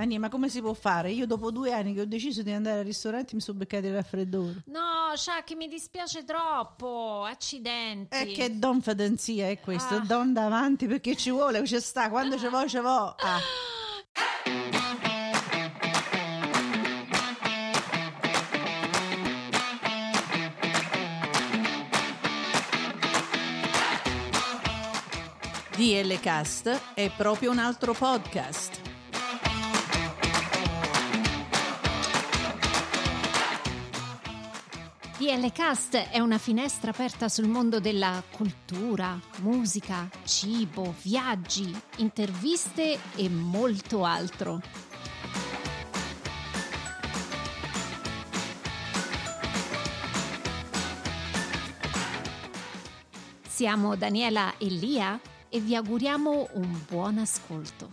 Anni, ma come si può fare? Io dopo 2 anni che ho deciso di andare al ristorante mi sono beccato il raffreddore. No, Sciacchi, mi dispiace troppo, accidenti. Che don fedenzia è questo, don davanti, perché ci vuole, c'è sta, quando ce vo, ce vo. DL Cast è proprio un altro podcast. DL Cast è una finestra aperta sul mondo della cultura, musica, cibo, viaggi, interviste e molto altro. Siamo Daniela e Lia e vi auguriamo un buon ascolto.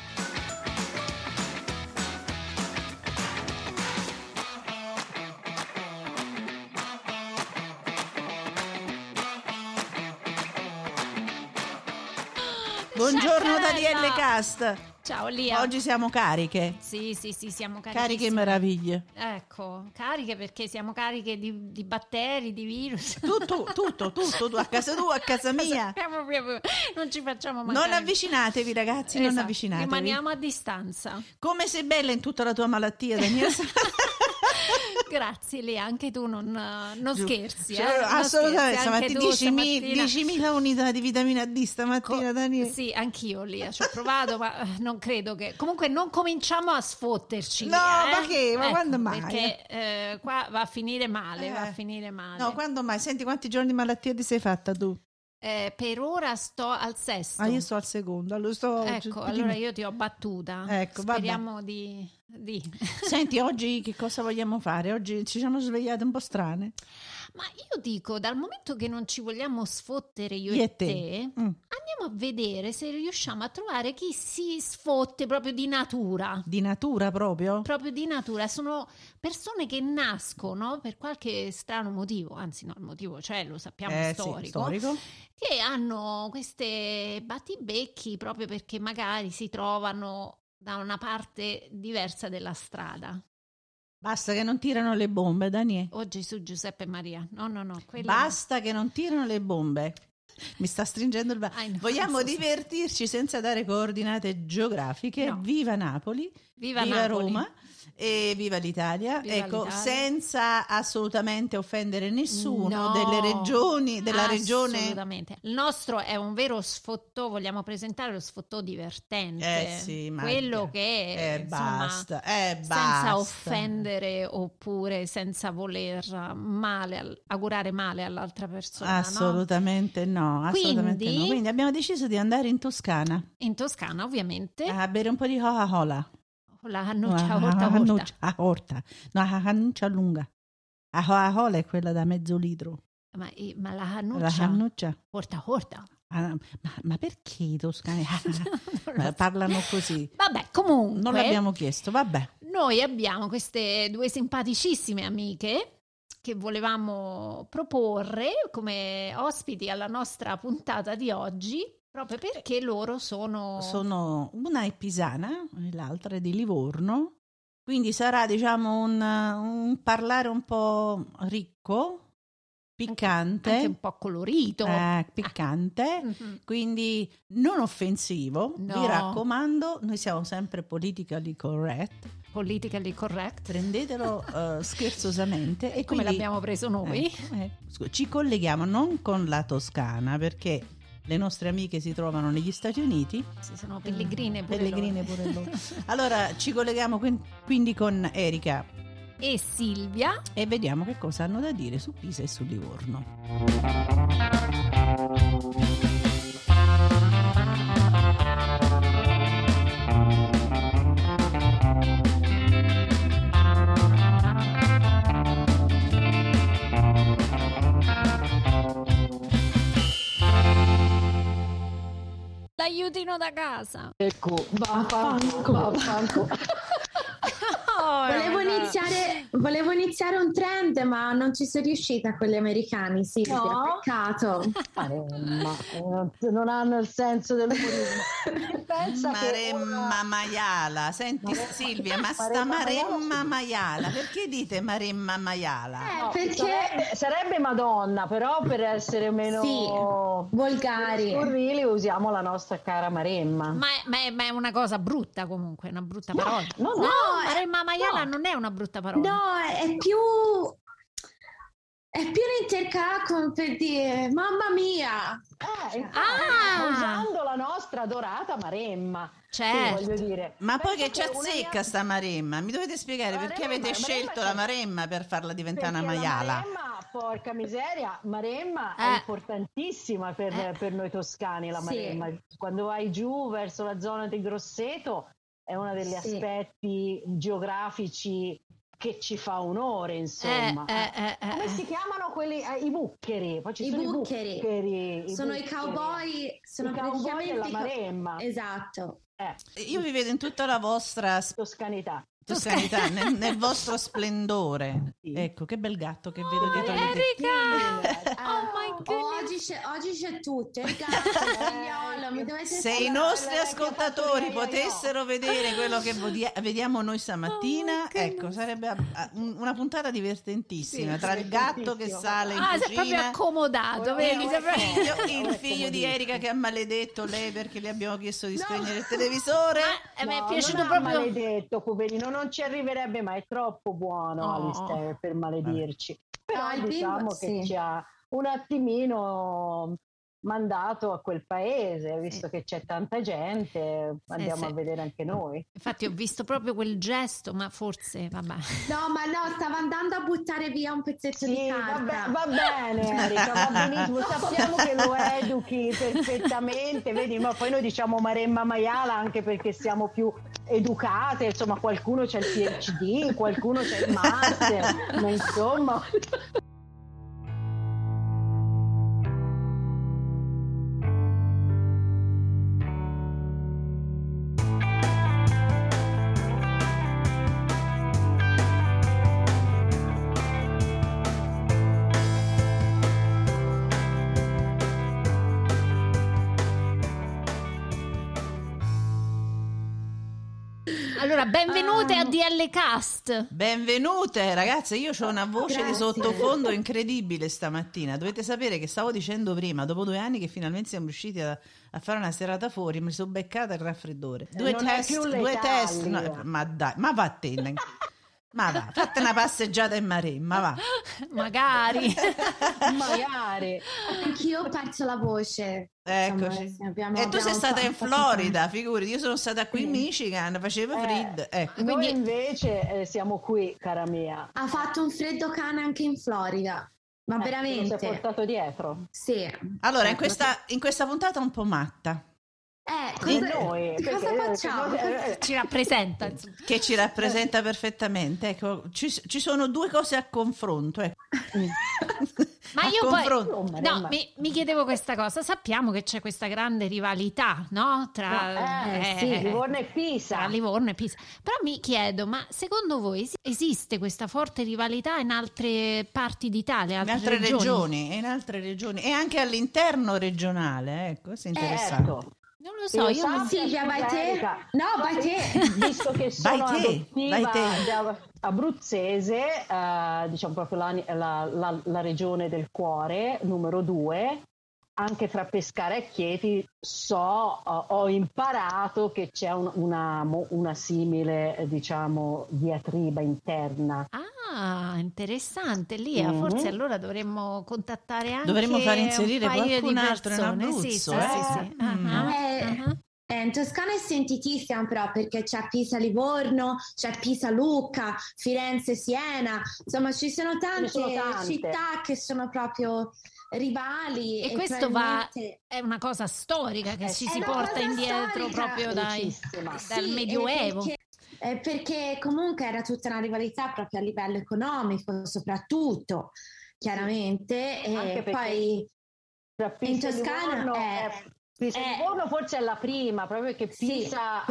Buongiorno da DL Cast. Ciao Lia. Oggi siamo cariche. Sì, siamo cariche. Cariche meraviglie. Ecco, cariche perché siamo cariche di batteri, di virus. Tutto, a casa tua, a casa mia. Non ci facciamo mancare. Non avvicinatevi ragazzi, non avvicinatevi. Rimaniamo a distanza. Come sei bella in tutta la tua malattia, Daniela. Grazie Lia, anche tu non scherzi. Assolutamente, stamattina 10.000 unità di vitamina D stamattina, Daniela. Sì, anch'io Lia, ci ho provato, ma non credo che... Comunque non cominciamo a sfotterci. No, Lia, ma che? Ma quando mai? Perché qua va a finire male, No, quando mai? Senti, quanti giorni di malattia ti sei fatta tu? Per ora sto al 6º. Io sto al 2º. Allora io ti ho battuta. Ecco, speriamo di... Senti, oggi che cosa vogliamo fare? Oggi ci siamo svegliate un po' strane. Ma io dico, dal momento che non ci vogliamo sfottere io e te, andiamo a vedere se riusciamo a trovare chi si sfotte proprio di natura. Di natura proprio? Proprio di natura. Sono persone che nascono per qualche strano motivo, anzi no, il motivo c'è, lo sappiamo, storico, che hanno queste battibecchi proprio perché magari si trovano da una parte diversa della strada. Basta che non tirano le bombe, Daniele. Oh Gesù, Giuseppe Maria. No. Basta che non tirano le bombe. Mi sta stringendo il Vogliamo divertirci senza dare coordinate geografiche. No. Viva Napoli, viva Roma e viva l'Italia. Senza assolutamente offendere nessuno delle regioni, della regione. Assolutamente. Il nostro è un vero sfottò, vogliamo presentare lo sfottò divertente. Sì, quello che basta. Senza offendere oppure senza voler augurare male all'altra persona. Assolutamente no. Quindi abbiamo deciso di andare in Toscana. In Toscana, ovviamente. A bere un po' di Coca-Cola. La cannuccia orta. No, la cannuccia lunga. La Coca-Cola è quella da mezzo litro. Ma la cannuccia? Orta. Ma perché i toscani parlano così? Vabbè, comunque. Non l'abbiamo chiesto, vabbè. Noi abbiamo queste 2 simpaticissime amiche che volevamo proporre come ospiti alla nostra puntata di oggi, proprio perché loro sono una è pisana e l'altra è di Livorno, quindi sarà diciamo un parlare un po' ricco, piccante, anche un po' colorito, piccante, quindi non offensivo. Vi raccomando, noi siamo sempre politically correct, prendetelo scherzosamente. E come l'abbiamo preso noi, ci colleghiamo non con la Toscana perché le nostre amiche si trovano negli Stati Uniti. Sì, sono pellegrine pure loro. Allora ci colleghiamo quindi con Erika e Silvia e vediamo che cosa hanno da dire su Pisa e su Livorno. L'aiutino da casa. Ecco, vaffanculo. Volevo iniziare un trend, ma non ci sono riuscita con gli americani, Silvia, peccato. Ma non hanno il senso dell'umorismo. pensa Maremma Maiala. Senti Silvia, ma sta Maremma Maiala, perché dite Maremma Maiala? No, perché sarebbe Madonna, però per essere meno volgari, scurrili usiamo la nostra cara Maremma. Ma è una cosa brutta, comunque, una brutta parola. No, Maremma Maiala non è una brutta parola. No, è più un intercalco per dire mamma mia. Usando la nostra adorata Maremma. Certo. Voglio dire, ma poi che ci azzecca sta Maremma? Mi dovete spiegare perché avete scelto la Maremma per farla diventare una maiala? Maremma, porca miseria, Maremma è importantissima per noi toscani, la Maremma. Quando vai giù verso la zona di Grosseto è uno degli aspetti geografici che ci fa onore, insomma. Come si chiamano quelli? I buccheri. Poi ci sono i buccheri. Sono i cowboy, sono praticamente della Maremma. Esatto. Io vi vedo in tutta la vostra toscanità nel vostro splendore. Ecco, che bel gatto che vedo dietro le Erika! Oh my goodness! Oggi c'è tutto, il gatto, mi dovete se i nostri ascoltatori potessero vedere quello che vediamo noi stamattina, ecco, sarebbe una puntata divertentissima, tra il gatto che sale in cucina, sei proprio accomodato, vedi? Il figlio di Erika che ha maledetto lei perché le abbiamo chiesto di spegnere il televisore. Mi è piaciuto non proprio maledetto, poverino, non ci arriverebbe mai, è troppo buono Alistair per maledirci. Però diciamo che ci ha un attimino mandato a quel paese, visto che c'è tanta gente, andiamo a vedere anche noi. Infatti ho visto proprio quel gesto, ma forse vabbè. No, stava andando a buttare via un pezzetto di carta. Va bene Erika, va benissimo, sappiamo che lo educhi perfettamente, vedi, ma poi noi diciamo Maremma Maiala anche perché siamo più educate, insomma qualcuno c'è il PhD, qualcuno c'è il master, ma insomma... Allora, benvenute a DL Cast. Benvenute ragazze, io ho una voce di sottofondo incredibile stamattina. Dovete sapere che stavo dicendo prima, dopo 2 anni che finalmente siamo riusciti a fare una serata fuori, mi sono beccata il raffreddore. Due test, no, ma dai, ma vattene. Ma va, fate una passeggiata in Maremma, va. Magari. Anch'io ho perso la voce. Eccoci. Insomma, e tu sei stata in Florida, figurati, io sono stata qui in Michigan, faceva freddo. Ecco. Noi invece siamo qui, cara mia. Ha fatto un freddo cane anche in Florida. Ma veramente. Si è portato dietro. Sì. Allora, in questa puntata un po' matta. Cosa facciamo? Ci rappresenta, che ci rappresenta perfettamente. Ecco, ci sono 2 cose a confronto. Ecco. Ma io poi mi chiedevo questa cosa. Sappiamo che c'è questa grande rivalità, no? Tra Livorno e Pisa. Tra Livorno e Pisa. Però mi chiedo, ma secondo voi esiste questa forte rivalità in altre parti d'Italia? In altre regioni e anche all'interno regionale. Ecco, questo è interessante. Non lo so, io non Silvia, vai te? No, vai te. Visto che sono adottiva abruzzese, diciamo proprio la regione del cuore, numero 2, anche tra Pescara e Chieti ho imparato che c'è una simile, diciamo, diatriba interna. Ah, interessante, Lia. Forse allora dovremmo contattare anche far inserire un paio qualcun di altro in Abruzzo. Sì. In Toscana è sentitissima però, perché c'è Pisa-Livorno, c'è Pisa-Lucca, Firenze-Siena, insomma ci sono tante città che sono proprio rivali. E questo è una cosa storica che ci si porta indietro proprio dal Medioevo. Perché comunque era tutta una rivalità proprio a livello economico, soprattutto, chiaramente. E poi in Toscana Livorno forse è la prima, proprio che Pisa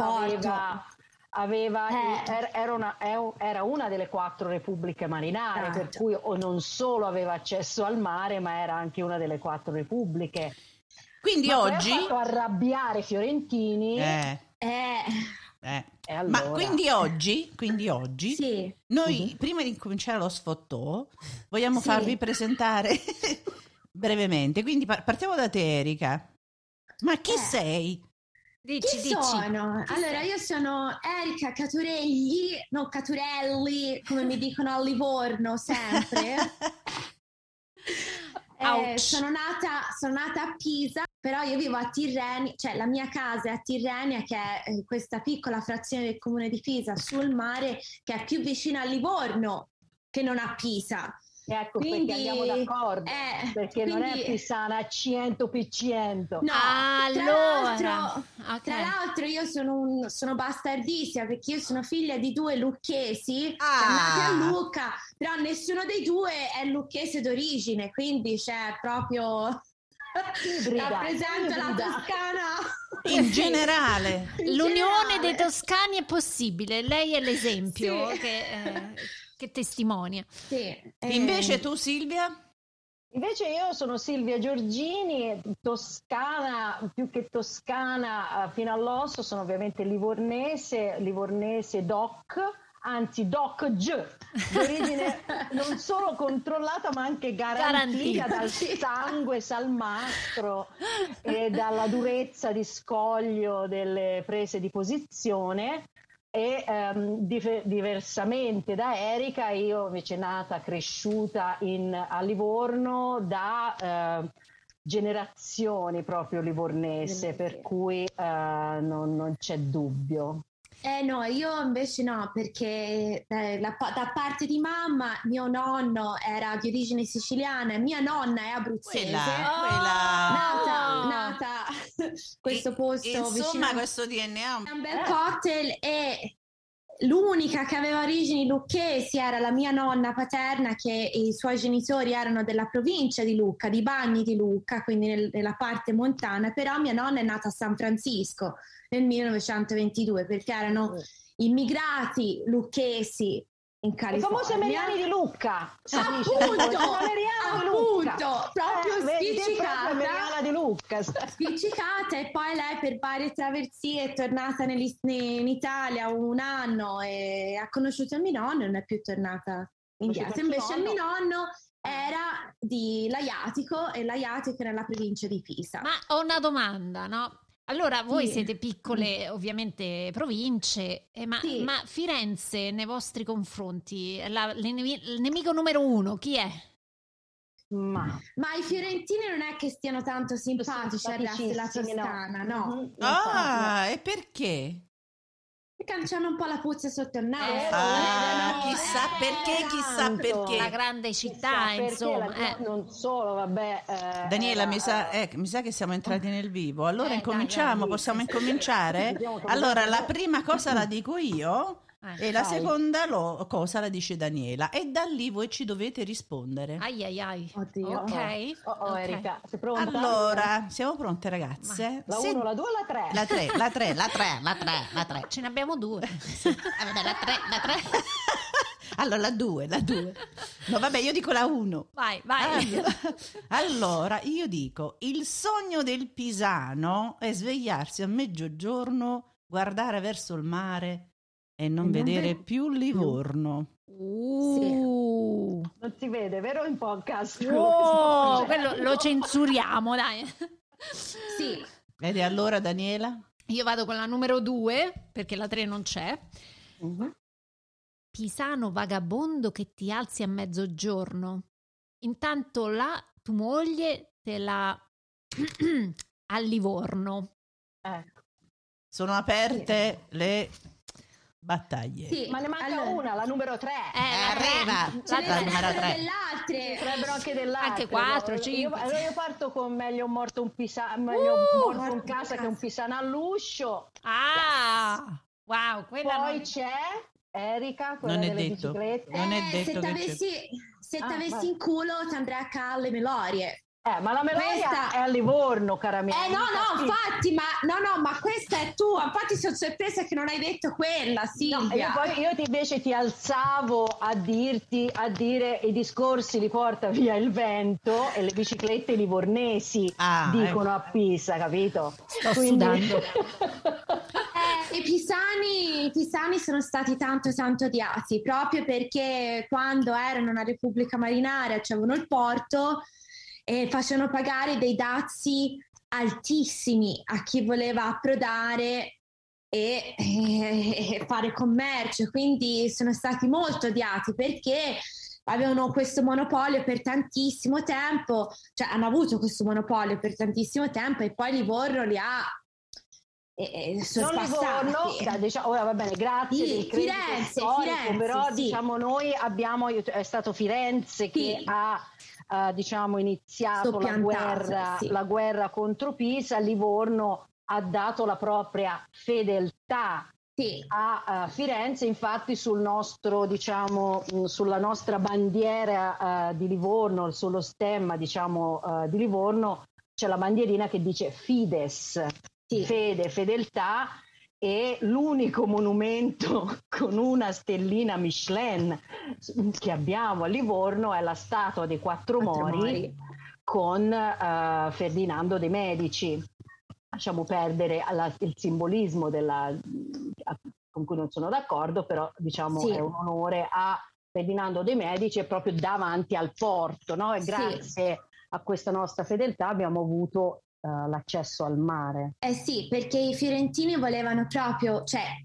era una delle 4 repubbliche marinare, per cui non solo aveva accesso al mare, ma era anche una delle 4 repubbliche. Quindi oggi... ha fatto arrabbiare Fiorentini. Allora. Ma quindi oggi sì. noi prima di cominciare lo sfottò vogliamo farvi presentare brevemente, quindi partiamo da te, Erika. Ma chi sei? Dici. Sono? Allora, io sono Erika Caturelli, no Caturelli, come mi dicono a Livorno sempre. Sono nata a Pisa, però io vivo a Tirrenia, cioè la mia casa è a Tirrenia, che è questa piccola frazione del comune di Pisa sul mare, che è più vicina a Livorno che non a Pisa. Ecco, quindi, perché andiamo d'accordo, perché non è pisana 100%. No, tra l'altro io sono bastardissima, perché io sono figlia di 2 lucchesi, nati a Lucca, però nessuno dei 2 è lucchese d'origine, quindi c'è proprio... rappresento la Toscana in generale. L'unione dei toscani è possibile, lei è l'esempio che testimonia. Sì. Invece tu, Silvia? Invece io sono Silvia Giorgini, toscana, più che toscana fino all'osso, sono ovviamente livornese doc, anzi doc d'origine non solo controllata ma anche garantita dal sangue salmastro e dalla durezza di scoglio delle prese di posizione. E diversamente da Erika, io invece nata, cresciuta a Livorno da generazioni proprio livornese, per cui non c'è dubbio. No, io invece no, perché da parte di mamma mio nonno era di origine siciliana e mia nonna è abruzzese. Nata questo posto insomma, vicino. questo DNA è un bel cocktail, e l'unica che aveva origini lucchesi era la mia nonna paterna, che i suoi genitori erano della provincia di Lucca, di Bagni di Lucca, quindi nella parte montana, però mia nonna è nata a San Francisco nel 1922, perché erano immigrati lucchesi in California. I famosi americani di Lucca. Appunto, proprio spiccicata di Lucca. Spiccicata, e poi lei per varie traversie è tornata in Italia un anno e ha conosciuto mio nonno e non è più tornata indietro. Invece il mio nonno era di Laiatico, e Laiatico era nella provincia di Pisa. Ma ho una domanda, no? Allora, voi siete piccole, ovviamente, province, ma Firenze nei vostri confronti, il nemico numero 1, chi è? Ma i fiorentini non è che stiano tanto simpatici al resto della Toscana, no? E perché? Perché c'hanno un po' la puzza sotto il naso. Chissà perché. La grande città, insomma. Non solo, vabbè. Daniela, mi sa che siamo entrati nel vivo. Allora incominciamo, possiamo incominciare? Allora, la prima cosa la dico io. E la seconda cosa la dice Daniela, e da lì voi ci dovete rispondere. Ai. Oddio. Ok. Erika, sei pronta? Allora, siamo pronte, ragazze? La 1, la 2 o la 3? La 3. Ce ne abbiamo 2. La 3. Allora, la 2. No, vabbè, io dico la 1. Vai. Allora, io dico: il sogno del pisano è svegliarsi a mezzogiorno, guardare verso il mare e non vedere più Livorno. Non si vede, vero, in podcast? Quello lo censuriamo, dai. Sì. Vedi, allora, Daniela? Io vado con la numero 2, perché la 3 non c'è. Pisano vagabondo che ti alzi a mezzogiorno. Intanto tua moglie te la a Livorno. Sono aperte le battaglie. Sì, ma ne manca una, la numero 3. Arriva la numero 3. Sarebbero anche dell'altre. Anche 4, 5. Allora io parto con meglio morto un morto in casa che un pisano all'uscio. Wow, quella poi c'è Erika, quella non è delle detto. biciclette. Non è detto se t'avessi in culo ti andrei a calle melorie. Ma la Melodia è a Livorno, cara mia. Infatti, ma questa è tua. Infatti sono sorpresa che non hai detto quella, Silvia. No, io invece ti alzavo a dire i discorsi li porta via il vento e le biciclette livornesi dicono a Pisa, capito? Sto sudando. I pisani sono stati tanto odiati, proprio perché quando erano una repubblica marinaria, c'avevano il porto e facevano pagare dei dazi altissimi a chi voleva approdare e fare commercio, quindi sono stati molto odiati perché avevano questo monopolio per tantissimo tempo, cioè hanno avuto questo monopolio per tantissimo tempo e poi Livorno li ha sorpassati. Ora va bene, grazie del credito storico, però diciamo noi è stato Firenze che ha iniziato la guerra contro Pisa. Livorno ha dato la propria fedeltà a Firenze, infatti sul nostro sulla nostra bandiera di Livorno, sullo stemma di Livorno c'è la bandierina che dice Fides, fede, fedeltà, e l'unico monumento con una stellina Michelin che abbiamo a Livorno è la statua dei Quattro Mori con Ferdinando de' Medici. Lasciamo perdere il simbolismo con cui non sono d'accordo, però è un onore a Ferdinando de' Medici, è proprio davanti al porto, no? E grazie a questa nostra fedeltà abbiamo avuto l'accesso al mare. Perché i fiorentini volevano proprio,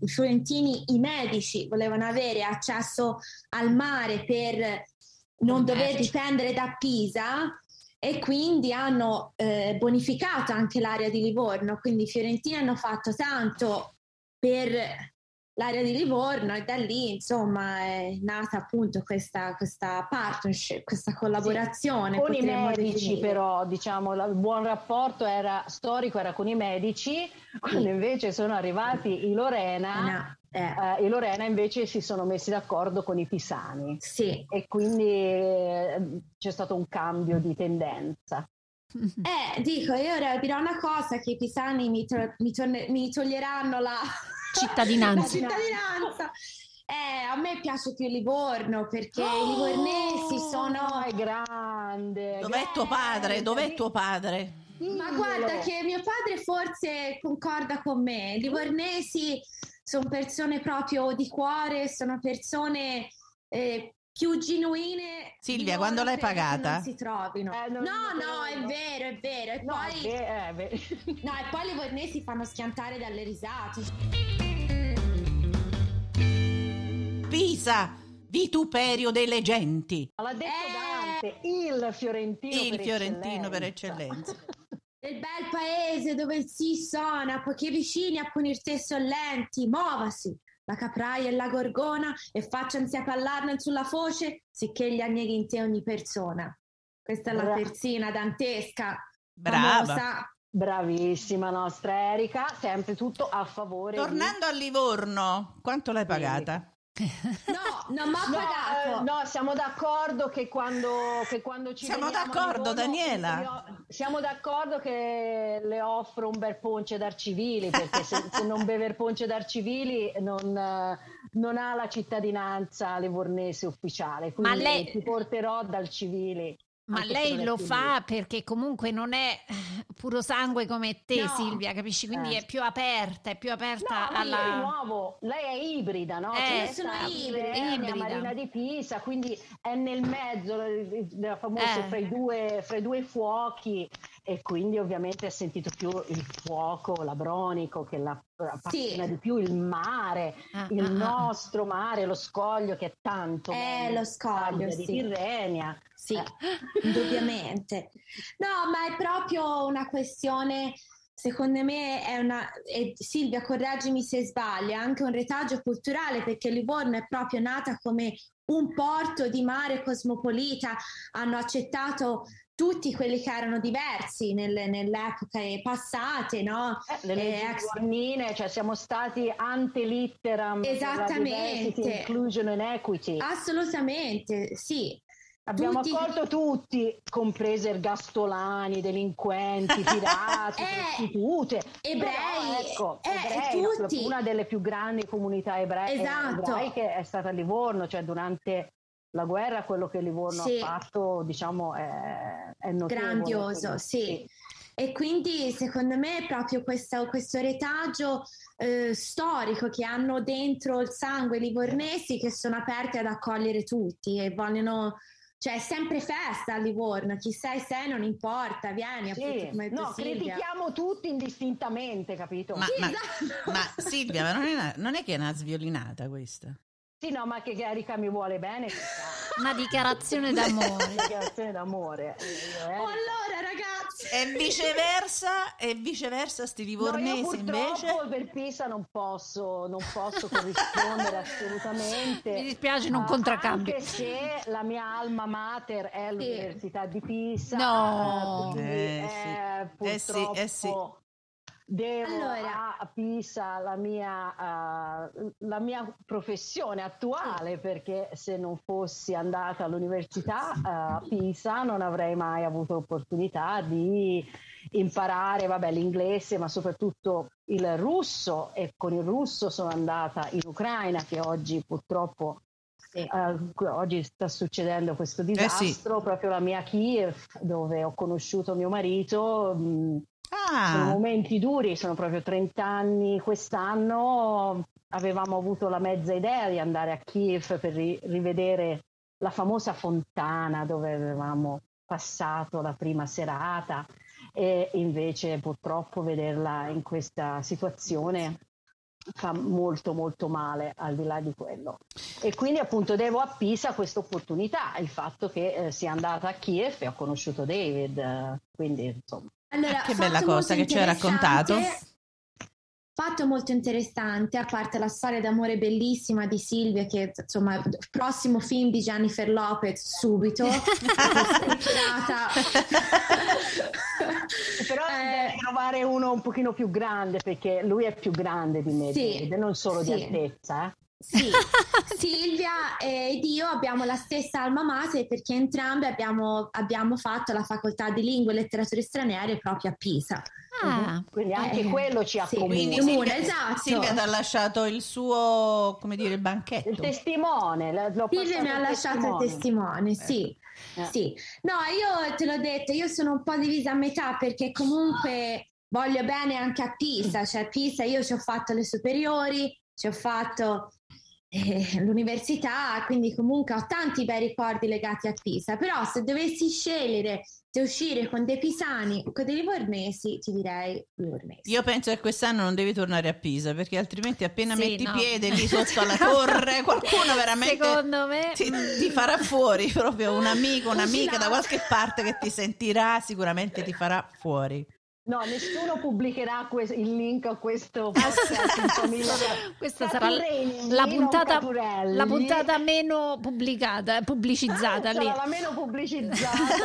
i medici volevano avere accesso al mare per non dover dipendere da Pisa, e quindi hanno bonificato anche l'area di Livorno, quindi i fiorentini hanno fatto tanto per l'area di Livorno e da lì insomma è nata appunto questa partnership, questa collaborazione. Con i medici però il buon rapporto storico era con i medici, quando invece sono arrivati i Lorena. I Lorena invece si sono messi d'accordo con i pisani e quindi c'è stato un cambio di tendenza. Io ora dirò una cosa, che i pisani mi toglieranno la cittadinanza. A me piace più Livorno perché i livornesi sono grande. Dov'è tuo padre? Tuo padre? Ma guarda che mio padre forse concorda con me. I livornesi sono persone proprio di cuore, sono persone più genuine. Silvia, quando l'hai pagata? Non si trovino. No, è vero. E poi i livornesi fanno schiantare dalle risate. Pisa, vituperio delle genti. L'ha detto Dante, il fiorentino per eccellenza. Nel bel paese dove il sì suona, poiché vicini a punir te sollenti, muovasi la capraia e la gorgona e facciansi a parlarne sulla foce, sicché gli anneghi in te ogni persona. Questa è la terzina dantesca. Brava. Famosa. Bravissima nostra Erika, sempre tutto a favore. Tornando a Livorno, quanto l'hai pagata? No, non mi ha pagato. No, siamo d'accordo che quando ci siamo d'accordo, Daniela. Siamo d'accordo che le offro un bel ponce d'Arcivili, perché se non bever ponce d'Arcivili non ha la cittadinanza livornese ufficiale, quindi ti porterò dal Civili. Ma lei lo fa perché comunque non è puro sangue come te, Silvia, capisci? Quindi è più aperta alla... di nuovo, lei è ibrida, no? Sono ibrida. Marina di Pisa, quindi è nel mezzo della famosa fra i due fuochi, e quindi ovviamente ha sentito più il fuoco labronico, che la appassiona di più, il mare, il nostro mare, lo Scoglio, che è tanto lo Scoglio di Tirrenia. Sì, indubbiamente. No, ma è proprio una questione, secondo me e Silvia, correggimi se sbaglio, è anche un retaggio culturale, perché Livorno è proprio nata come un porto di mare cosmopolita, hanno accettato tutti quelli che erano diversi nelle epoche passate, no? Nelle giornine, cioè siamo stati ante litteram, esattamente, inclusion and equity. Assolutamente, sì. Abbiamo accolto tutti, comprese ergastolani, delinquenti, pirati, prostitute, ebrei, tutti. Una delle più grandi comunità ebraiche è stata a Livorno, cioè durante la guerra quello che Livorno ha fatto, diciamo, è notevole. Grandioso, quindi, sì. E quindi secondo me proprio questo retaggio storico che hanno dentro il sangue livornesi, che sono aperti ad accogliere tutti e vogliono... Cioè è sempre festa a Livorno, chi sei non importa, vieni. Sì. No, critichiamo tutti indistintamente, capito? Ma Silvia, ma non è che è una sviolinata questa? Sì, no, ma che Erika mi vuole bene. Una dichiarazione d'amore. Dichiarazione d'amore. Allora ragazzi. E viceversa sti livornesi io invece. Per Pisa non posso corrispondere assolutamente. Mi dispiace, non contraccambio. Anche se la mia alma mater è l'Università di Pisa. No. Purtroppo devo a Pisa la mia professione attuale, perché se non fossi andata all'università a Pisa non avrei mai avuto l'opportunità di imparare l'inglese, ma soprattutto il russo, e con il russo sono andata in Ucraina, che oggi purtroppo oggi sta succedendo questo disastro, proprio la mia Kiev, dove ho conosciuto mio marito. Sono momenti duri, sono proprio 30 anni quest'anno. Avevamo avuto la mezza idea di andare a Kiev per rivedere la famosa fontana dove avevamo passato la prima serata, e invece purtroppo vederla in questa situazione fa molto molto male, al di là di quello. E quindi appunto devo a Pisa questa opportunità, il fatto che sia andata a Kiev e ho conosciuto David, quindi insomma. Allora, che bella cosa che ci hai raccontato. Fatto molto interessante, a parte la storia d'amore bellissima di Silvia, che insomma prossimo film di Jennifer Lopez subito. Però devi trovare uno un pochino più grande, perché lui è più grande di me, non solo di altezza. Sì, Silvia ed io abbiamo la stessa alma mater, perché entrambi abbiamo fatto la facoltà di lingue e letterature straniere proprio a Pisa. Quindi anche quello ci accomuna. Quindi Silvia ti ha lasciato il suo, come dire, il banchetto. Il testimone. Silvia mi ha lasciato il testimone, sì. Sì. No, io te l'ho detto, io sono un po' divisa a metà, perché comunque voglio bene anche a Pisa. Cioè a Pisa io ci ho fatto le superiori, ci ho fatto l'università, quindi comunque ho tanti bei ricordi legati a Pisa. Però se dovessi scegliere di uscire con dei pisani o con dei livornesi, ti direi livornesi. Io penso che quest'anno non devi tornare a Pisa, perché altrimenti appena metti piede lì sotto alla torre qualcuno veramente, secondo me, ti farà fuori, proprio un amico, un'amica da qualche parte che ti sentirà, sicuramente ti farà fuori. No, nessuno pubblicherà il link a questo podcast. Questa sarà la puntata meno pubblicizzata. Sarà la meno pubblicizzata.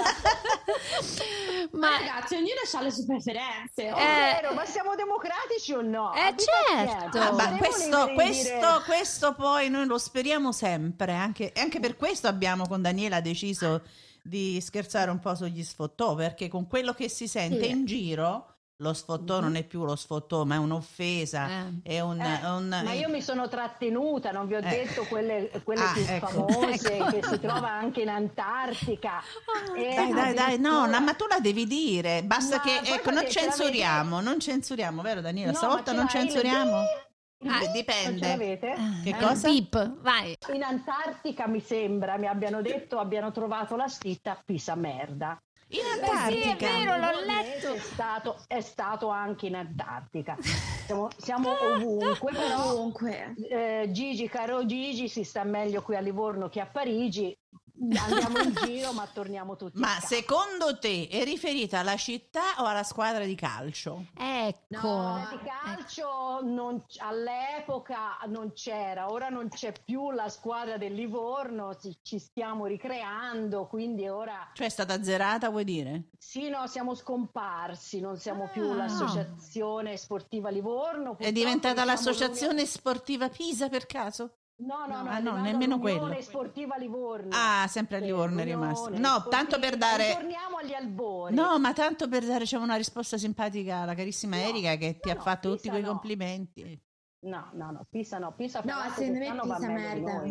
Ma ragazzi, ognuno ha le sue preferenze. Vero, ma siamo democratici o no? Certo. Ma questo poi noi lo speriamo sempre, anche per questo abbiamo con Daniela deciso di scherzare un po' sugli sfottò, perché con quello che si sente in giro lo sfottò non è più lo sfottò, ma è un'offesa, è ma io mi sono trattenuta, non vi ho detto quelle più famose, che si trova anche in Antartica. Dai, no, ma tu la devi dire, basta che non censuriamo, vero Daniela? Stavolta non censuriamo? Dipende. Che cosa? Vai. In Antartica mi sembra mi abbiano detto, abbiano trovato la scritta Pisa merda. In Antartica? Sì, è vero, l'ho letto. È stato anche in Antartica. Siamo ovunque, però ovunque. Gigi, caro Gigi, si sta meglio qui a Livorno che a Parigi. Andiamo in giro, ma torniamo tutti. Ma secondo te è riferita alla città o alla squadra di calcio? Ecco. No, di calcio all'epoca non c'era, ora non c'è più la squadra del Livorno, ci stiamo ricreando, quindi ora... Cioè è stata azzerata, vuoi dire? Sì, no, siamo scomparsi, non siamo più l'associazione sportiva Livorno. È diventata l'associazione sportiva Pisa per caso? No, nemmeno quello. Sportiva Livorno. Sempre a Livorno è rimasto. No, tanto per dare. Torniamo agli albori. No, ma tanto per dare una risposta simpatica alla carissima Erika che ti ha fatto tutti quei complimenti. No, Pisa no. Pisa secondo me Pisa merda.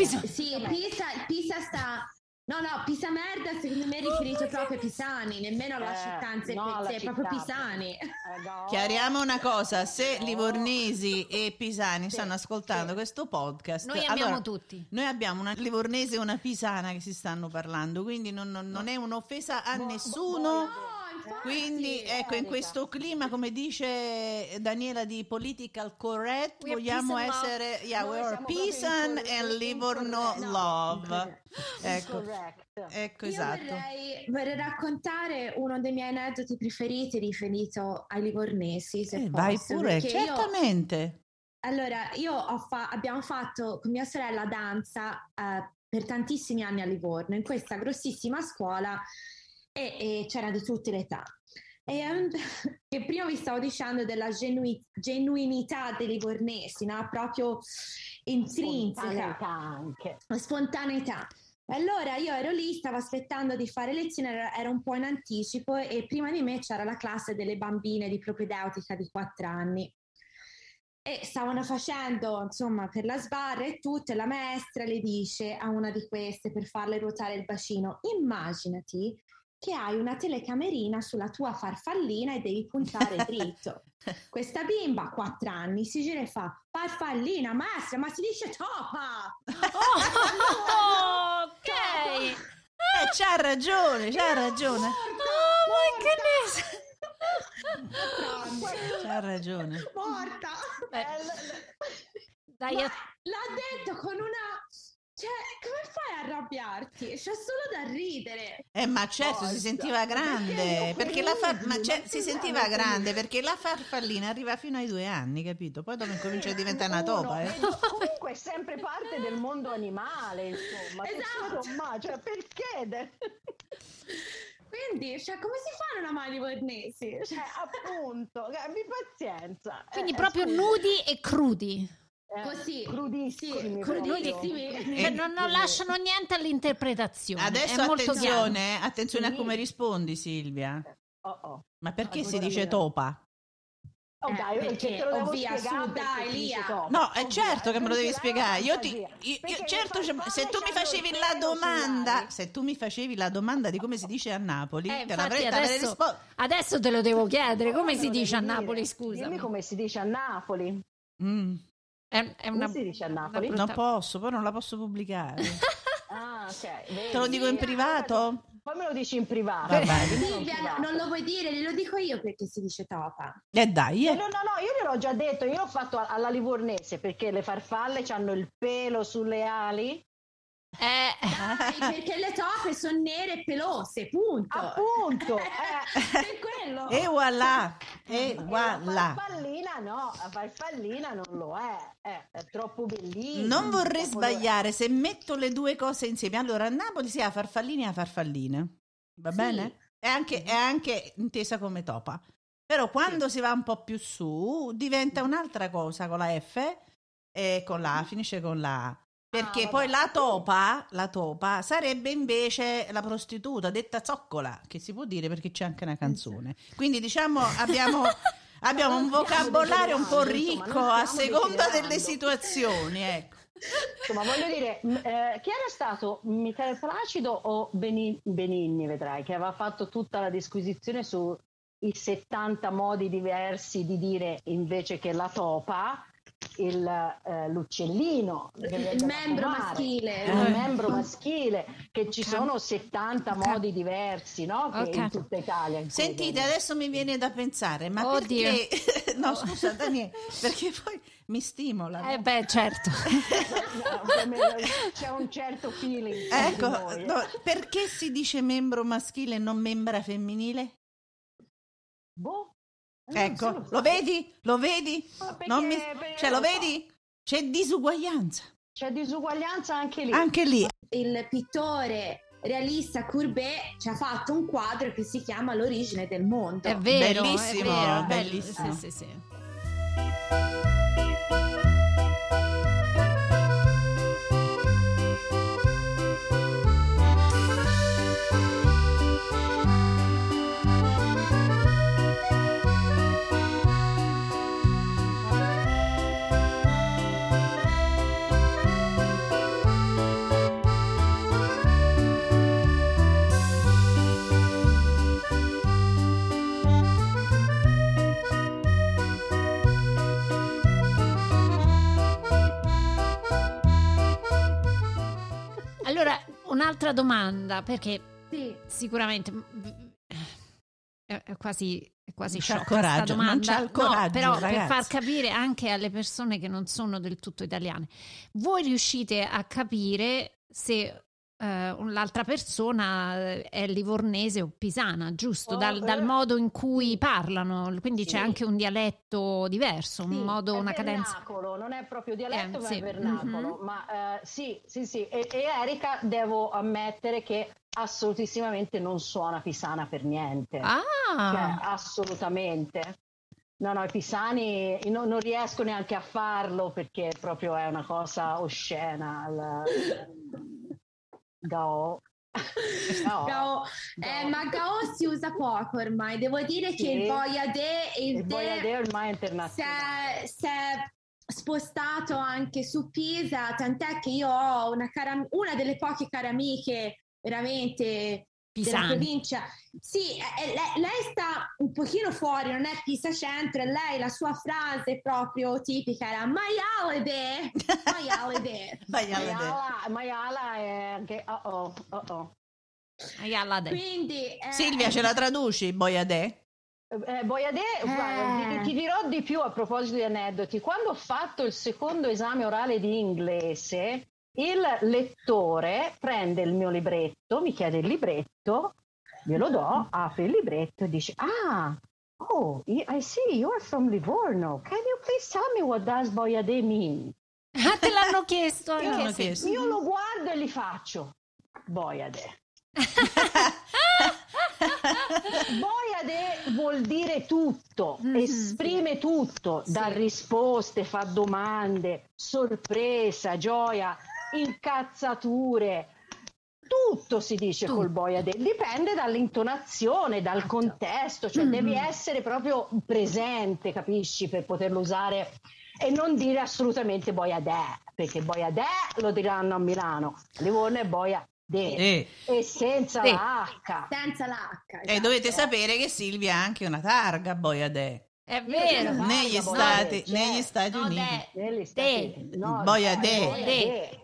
Pisa sta. No, Pisa merda secondo me è riferito proprio a Pisani, nemmeno alla città in sé per sé, proprio Pisani. Chiariamo una cosa, se livornesi e pisani stanno ascoltando questo podcast, noi amiamo tutti. Noi abbiamo una livornese e una pisana che si stanno parlando, quindi non è un'offesa a nessuno. Quindi ecco, in questo clima, come dice Daniela, di political correct, vogliamo essere we are Pisan and Livorno love. Ecco, esatto. Vorrei raccontare uno dei miei aneddoti preferiti riferito ai livornesi, se vai posso, pure, certamente. Allora, abbiamo fatto con mia sorella danza per tantissimi anni a Livorno, in questa grossissima scuola, e c'era di tutte le età. E prima vi stavo dicendo della genuinità dei livornesi, no? Proprio intrinseca, spontaneità. Allora io ero lì, stavo aspettando di fare lezione, era un po' in anticipo, e prima di me c'era la classe delle bambine di propedeutica di 4 anni. E stavano facendo, insomma, per la sbarra e tutto, e la maestra le dice a una di queste, per farle ruotare il bacino: immaginati che hai una telecamerina sulla tua farfallina e devi puntare dritto. Questa bimba, 4 anni, si gira e fa: farfallina, maestra, ma si dice topa! Ok! C'ha ragione. C'ha ragione. Morta! Dai, l'ha detto con una... Cioè, come fai a arrabbiarti? C'è solo da ridere. Ma certo, si sentiva grande, perché si sentiva grande perché la farfallina arriva fino ai 2 anni, capito? Poi dopo comincia a diventare una topa. Comunque è sempre parte del mondo animale, insomma. Esatto. Cioè, perché? Quindi, cioè, come si fanno a mai livornesi? Appunto, abbi pazienza. Quindi proprio nudi e crudi. Così, crudissimi, cioè, non lasciano niente all'interpretazione. Adesso attenzione a come rispondi, Silvia. Ma perché si dice topa? Dai, perché te lo devo spiegare, dai, Lia. No, è certo che me lo devi spiegare. Certo, se tu mi facevi la domanda di come si dice a Napoli, te l'avrei risposto. Adesso te lo devo chiedere, come si dice a Napoli, scusa. Dimmi come si dice a Napoli. È una... Come si dice a Napoli? Non posso, poi non la posso pubblicare. Ok. Vedi, te lo dico in privato? Poi me lo dici in privato. Silvia, non lo vuoi dire? Glielo dico io perché si dice topa. Dai. No, io gliel'ho già detto. Io l'ho fatto alla livornese, perché le farfalle hanno il pelo sulle ali. Perché le tope sono nere e pelose, punto. Appunto. È quello. E voilà. La farfallina non lo è troppo bellina. Non vorrei sbagliare se metto le due cose insieme. Allora a Napoli si ha farfallini e farfalline, va bene? È anche intesa come topa. Però quando si va un po' più su diventa un'altra cosa, con la F e con la A, finisce con la A. Perché poi la topa sarebbe invece la prostituta, detta zoccola, che si può dire perché c'è anche una canzone. Quindi diciamo abbiamo un vocabolario un po' ricco a seconda delle situazioni, ecco. Insomma, voglio dire, chi era stato Michele Placido o Benigni, vedrai, che aveva fatto tutta la disquisizione sui 70 modi diversi di dire invece che la topa, l'uccellino, il membro maschile, il membro maschile, che ci sono 70 modi diversi, no? Che in tutta Italia. Sentite, adesso mi viene da pensare, ma perché no, scusa Daniele, perché poi mi stimola. Certo. C'è un certo feeling. Ecco, perché si dice membro maschile e non membra femminile? Ecco, lo vedi? Lo vedi? Lo vedi? C'è disuguaglianza. C'è disuguaglianza anche lì. Il pittore realista Courbet ci ha fatto un quadro che si chiama L'origine del mondo. È vero, bellissimo, bellissimo. Sì. un'altra domanda, perché sicuramente è quasi sciocca questa domanda. Non c'è il coraggio, però ragazzi. Per far capire anche alle persone che non sono del tutto italiane, voi riuscite a capire se l'altra persona è livornese o pisana, giusto? Dal modo in cui parlano, quindi c'è anche un dialetto diverso, un modo, una cadenza. Vernacolo, non è proprio dialetto, ma è vernacolo. Ma sì. E Erika, devo ammettere che assolutissimamente non suona pisana per niente. Cioè, assolutamente. No, i pisani non riesco neanche a farlo perché proprio è una cosa oscena. Gao. Ma Gao si usa poco ormai. Devo dire che il Boyadè ormai è internazionale. Si è spostato anche su Pisa, tant'è che io ho una delle poche care amiche veramente pisani. della provincia. Sì, lei sta un pochino fuori, non è Pisa centro, e lei, la sua frase proprio tipica era Maialede. Maiala è anche Quindi Silvia, ce la traduci, Boyadè? Guarda, ti dirò di più a proposito di aneddoti. Quando ho fatto il secondo esame orale di inglese, il lettore prende il mio libretto, mi chiede il libretto, glielo do, apre il libretto e dice I see you are from Livorno. Can you please tell me what does Boyadè mean? Te l'hanno chiesto Io lo guardo e gli faccio Boyadè. Boyadè vuol dire tutto, esprime tutto, dà risposte, fa domande, sorpresa, gioia, incazzature, tutto si dice col Boyadè, dipende dall'intonazione, dal contesto, cioè devi essere proprio presente, capisci, per poterlo usare e non dire assolutamente Boyadè, perché Boyadè lo diranno a Milano, Livorno è Boyadè. E senza la H. Esatto. E dovete sapere che Silvia ha anche una targa Boyadè. È vero. Negli Stati Uniti. Boyadè.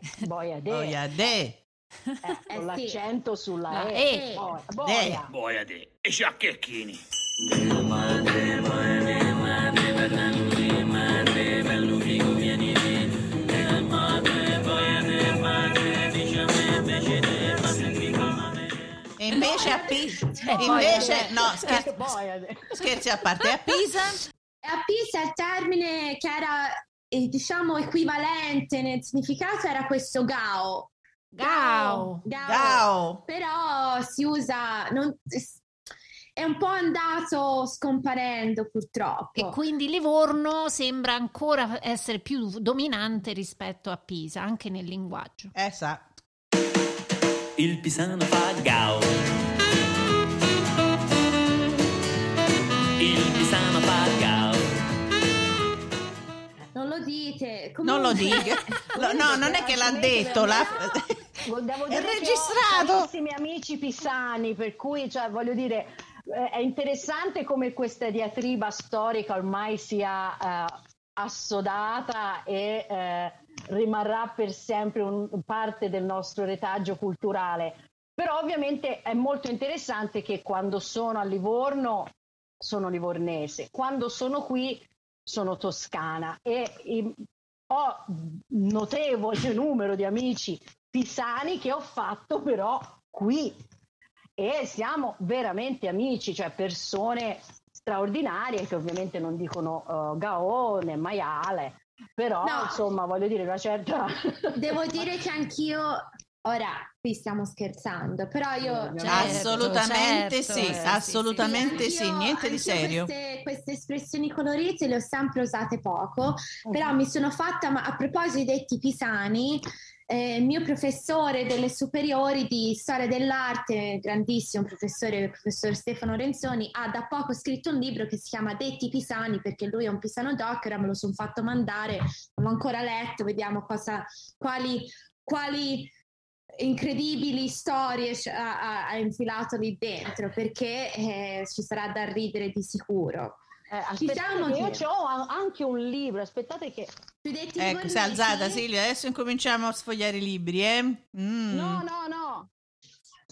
Con l'accento sulla E. Boyadè. E sciacchecchini. E invece a Pisa, scherzi a parte, a Pisa il termine che era diciamo equivalente nel significato era questo Gao. Però si usa, è un po' andato scomparendo purtroppo. E quindi Livorno sembra ancora essere più dominante rispetto a Pisa, anche nel linguaggio. Esatto. Il pisano fa Gao. Il pisano fa Gao. Non lo dite. Comunque... Non lo dica. No, non è che l'ha detto. Devo è dire registrato. Ho carissimi amici pisani, per cui, cioè, voglio dire, è interessante come questa diatriba storica ormai sia assodata e rimarrà per sempre parte del nostro retaggio culturale. Però ovviamente è molto interessante che quando sono a Livorno sono livornese, quando sono qui sono toscana e ho notevole numero di amici pisani che ho fatto però qui e siamo veramente amici, cioè persone straordinarie che ovviamente non dicono Gao né maiale, però insomma voglio dire una certa... Devo dire che anch'io, ora qui stiamo scherzando, però io... assolutamente sì, niente di serio. Queste espressioni colorite le ho sempre usate poco, però mi sono fatta, ma a proposito di detti pisani, il mio professore delle superiori di storia dell'arte, grandissimo professore, il professor Stefano Renzoni, ha da poco scritto un libro che si chiama Detti pisani, perché lui è un pisano doc, ora me lo sono fatto mandare, non l'ho ancora letto, vediamo quali incredibili storie ha infilato lì dentro, perché ci sarà da ridere di sicuro. Diciamo che io ho anche un libro, aspettate che... Ecco, si è alzata Silvia, adesso incominciamo a sfogliare i libri, No,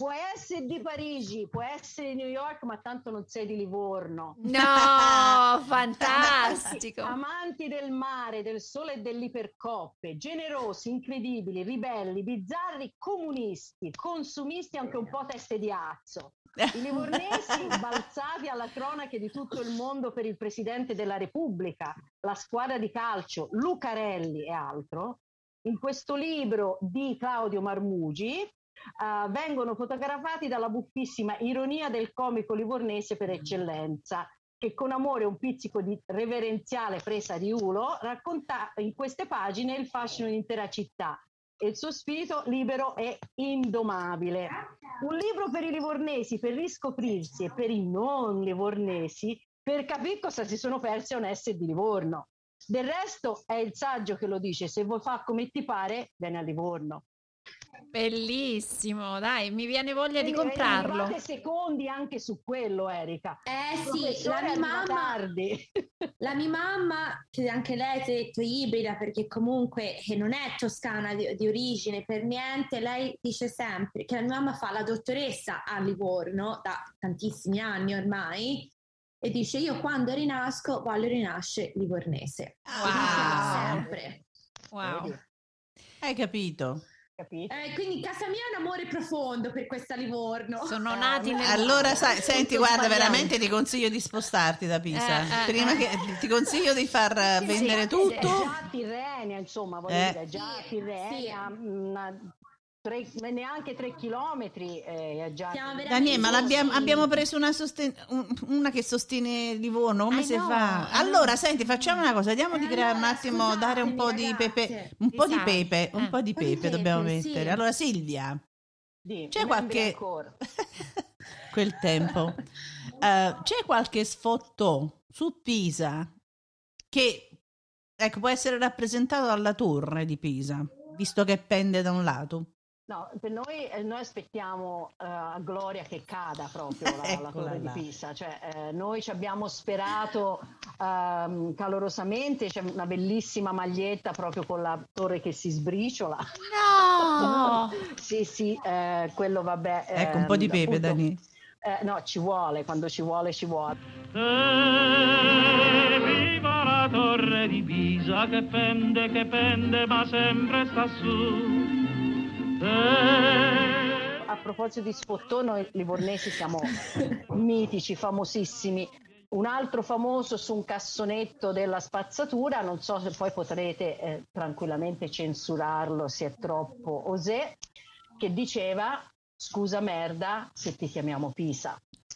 può essere di Parigi, può essere di New York, ma tanto non sei di Livorno. No, fantastico. Amanti del mare, del sole e dell'ipercoppe, generosi, incredibili, ribelli, bizzarri, comunisti, consumisti, anche un po' teste di azzo. I livornesi balzati alla cronache di tutto il mondo per il Presidente della Repubblica, la squadra di calcio, Lucarelli e altro. In questo libro di Claudio Marmugi vengono fotografati dalla buffissima ironia del comico livornese per eccellenza, che con amore e un pizzico di reverenziale presa di ulo racconta in queste pagine il fascino di un'intera città e il suo spirito libero e indomabile. Un libro per i livornesi, per riscoprirsi, e per i non livornesi, per capire cosa si sono persi a un essere di Livorno. Del resto è il saggio che lo dice: se vuoi fare come ti pare, vieni a Livorno. Bellissimo, dai, mi viene voglia di comprarlo. 20 secondi anche su quello, Erika. Sì, la mia mamma, che anche lei si è detto ibrida, perché comunque non è toscana di origine per niente, lei dice sempre che la mia mamma fa la dottoressa a Livorno da tantissimi anni ormai, e dice: io quando rinasco voglio rinascere livornese. Wow. Sempre. Wow. Hai capito? Quindi casa mia è un amore profondo per questa Livorno. Sono nati nel... Allora senti, guarda, veramente ti consiglio di spostarti da Pisa. Prima che ti consiglio di far vendere tutto. Già a Tirrenia, insomma, voglio dire, già a Tirrenia, neanche 3 chilometri. Daniele, ma abbiamo preso una che sostiene Livorno, come si fa? Allora senti, facciamo una cosa, diamo di creare un attimo, dare un po' di pepe, un po' di pepe dobbiamo mettere. Allora Silvia, c'è qualche quel tempo c'è qualche sfottò su Pisa che può essere rappresentato dalla torre di Pisa, visto che pende da un lato? No, per noi aspettiamo a gloria che cada proprio la torre di Pisa, cioè noi ci abbiamo sperato calorosamente, c'è una bellissima maglietta proprio con la torre che si sbriciola. No! Sì, quello vabbè. Ecco, un po' di pepe, Dani. No, ci vuole, quando ci vuole, ci vuole. Viva la torre di Pisa che pende, ma sempre sta su. A proposito di sfottò, noi livornesi siamo mitici, famosissimi. Un altro famoso su un cassonetto della spazzatura, non so se poi potrete tranquillamente censurarlo se è troppo osé, che diceva: scusa merda se ti chiamiamo Pisa.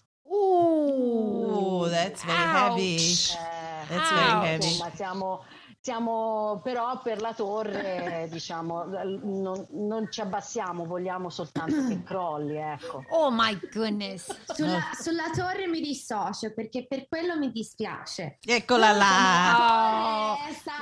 That's very heavy. That's very heavy. Insomma, siamo però per la torre, diciamo, non ci abbassiamo, vogliamo soltanto che crolli, ecco. Oh my goodness. Sulla torre mi dissocio, perché per quello mi dispiace. Eccola là.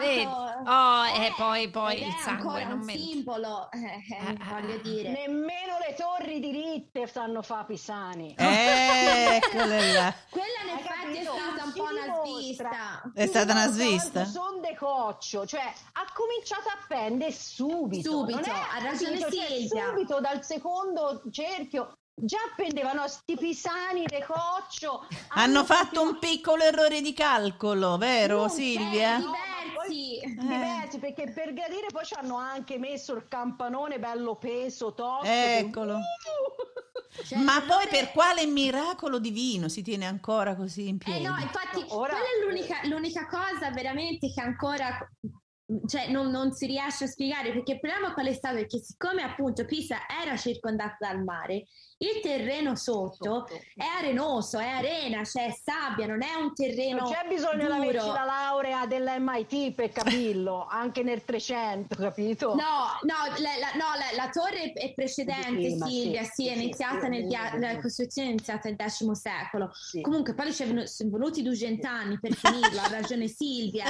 Poi il sangue non un simbolo, voglio dire. Nemmeno le torri diritte sanno fa pisani. Eccole là. Quella in effetti è stata un po' una svista. È stata una svista? Son de coccio, cioè ha cominciato a pendere subito. Non è, ha ragione Silvia. Subito dal secondo cerchio. Già pendevano sti pisani de coccio. Hanno fatto un piccolo errore di calcolo, vero Silvia? Diversi, perché per gradire poi ci hanno anche messo il campanone bello peso, tosto. Eccolo. Ma poi per quale miracolo divino si tiene ancora così in piedi? No, infatti quella è l'unica cosa veramente che ancora, cioè, non si riesce a spiegare, perché il problema qual è stato? Perché siccome appunto Pisa era circondata dal mare, il terreno sotto è arenoso, è arena, c'è sabbia, non è un terreno non c'è bisogno di averci la laurea dell'MIT per capirlo, anche nel 300, capito? La torre è precedente, Silvia, è iniziata la costruzione è iniziata nel X secolo. Sì. Comunque poi ci sono voluti 200 anni per finirlo, ha ragione Silvia.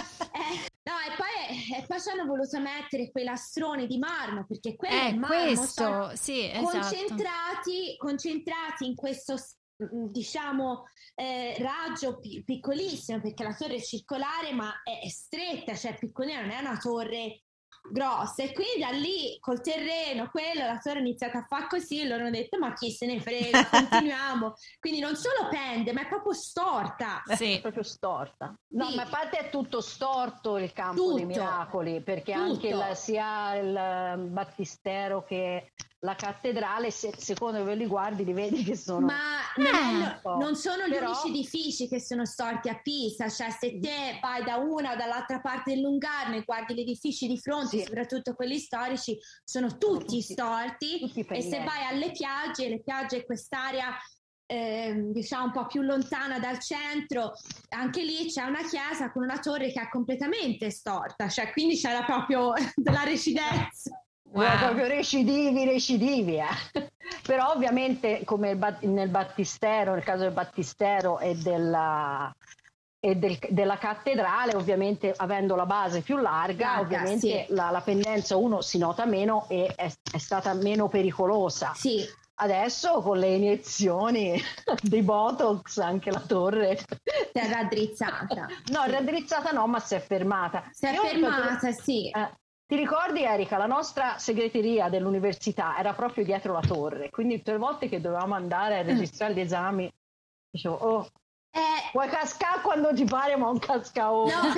E poi ci hanno voluto mettere quei lastroni di marmo, perché quello è marmo, questo, sì, concentrati in questo, diciamo, raggio piccolissimo, perché la torre è circolare ma è stretta, cioè piccolina, non è una torre grossa, e quindi da lì col terreno la torre ha iniziato a fare così, e loro hanno detto ma chi se ne frega, continuiamo. Quindi non solo pende, ma è proprio storta. Sì, è proprio storta. No, sì. Ma a parte è tutto storto il campo dei miracoli, perché anche sia il battistero che la cattedrale, secondo ve li guardi, li vedi che sono... Ma non sono gli unici edifici che sono storti a Pisa, cioè se te vai da una o dall'altra parte del Lungarno e guardi gli edifici di fronte, soprattutto quelli storici, sono tutti storti, e se vai alle piagge, le piagge è quest'area diciamo un po' più lontana dal centro, anche lì c'è una chiesa con una torre che è completamente storta, cioè quindi c'era proprio della residenza. Wow. Proprio recidivi. Però ovviamente come nel battistero, nel caso del battistero e della cattedrale, ovviamente avendo la base più larga, ovviamente la pendenza si nota meno e è stata meno pericolosa. Sì. Adesso con le iniezioni dei Botox anche la torre si è raddrizzata. No, raddrizzata no, ma si è fermata. Sì. Ti ricordi, Erika, la nostra segreteria dell'università era proprio dietro la torre, quindi tutte le volte che dovevamo andare a registrare gli esami dicevo puoi cascare quando ti pare, ma non casca ora. No,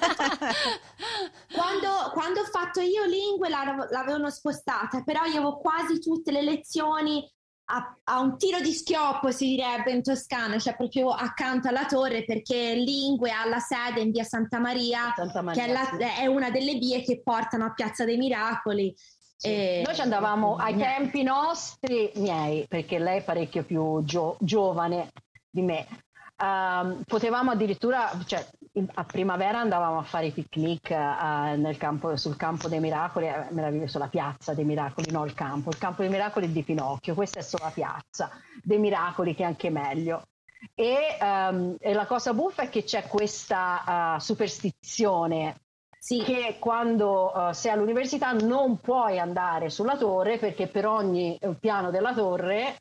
quando ho fatto io lingue l'avevano spostata, però io avevo quasi tutte le lezioni a un tiro di schioppo, si direbbe in Toscana, cioè proprio accanto alla torre, perché lingue ha la sede in via Santa Maria che è una delle vie che portano a Piazza dei Miracoli. Sì. Noi ci andavamo ai tempi nostri miei, perché lei è parecchio più giovane di me. Potevamo addirittura, cioè a primavera andavamo a fare i picnic sul campo dei miracoli, meraviglioso, la piazza dei miracoli, no il campo dei miracoli di Pinocchio, questa è solo la piazza dei miracoli, che è anche meglio. E la cosa buffa è che c'è questa superstizione che quando sei all'università non puoi andare sulla torre, perché per ogni piano della torre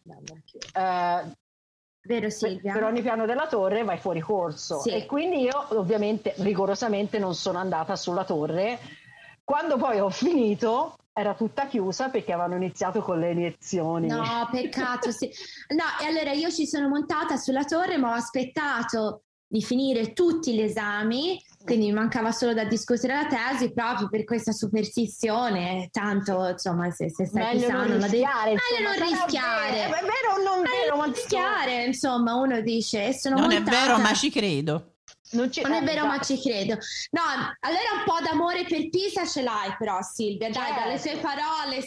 vero Silvia? Per ogni piano della torre vai fuori corso, e quindi io ovviamente rigorosamente non sono andata sulla torre. Quando poi ho finito era tutta chiusa perché avevano iniziato con le iniezioni. No, peccato, sì. No, e allora io ci sono montata sulla torre, ma ho aspettato di finire tutti gli esami, quindi mi mancava solo da discutere la tesi, proprio per questa superstizione. Tanto insomma, se stai pisando non rischiare, meglio non rischiare. È vero o non vero? Non rischiare, insomma, uno dice non è vero, ma ci credo. Non è vero, ma ci credo. No, allora un po' d'amore per Pisa ce l'hai però, Silvia, dai, dalle tue parole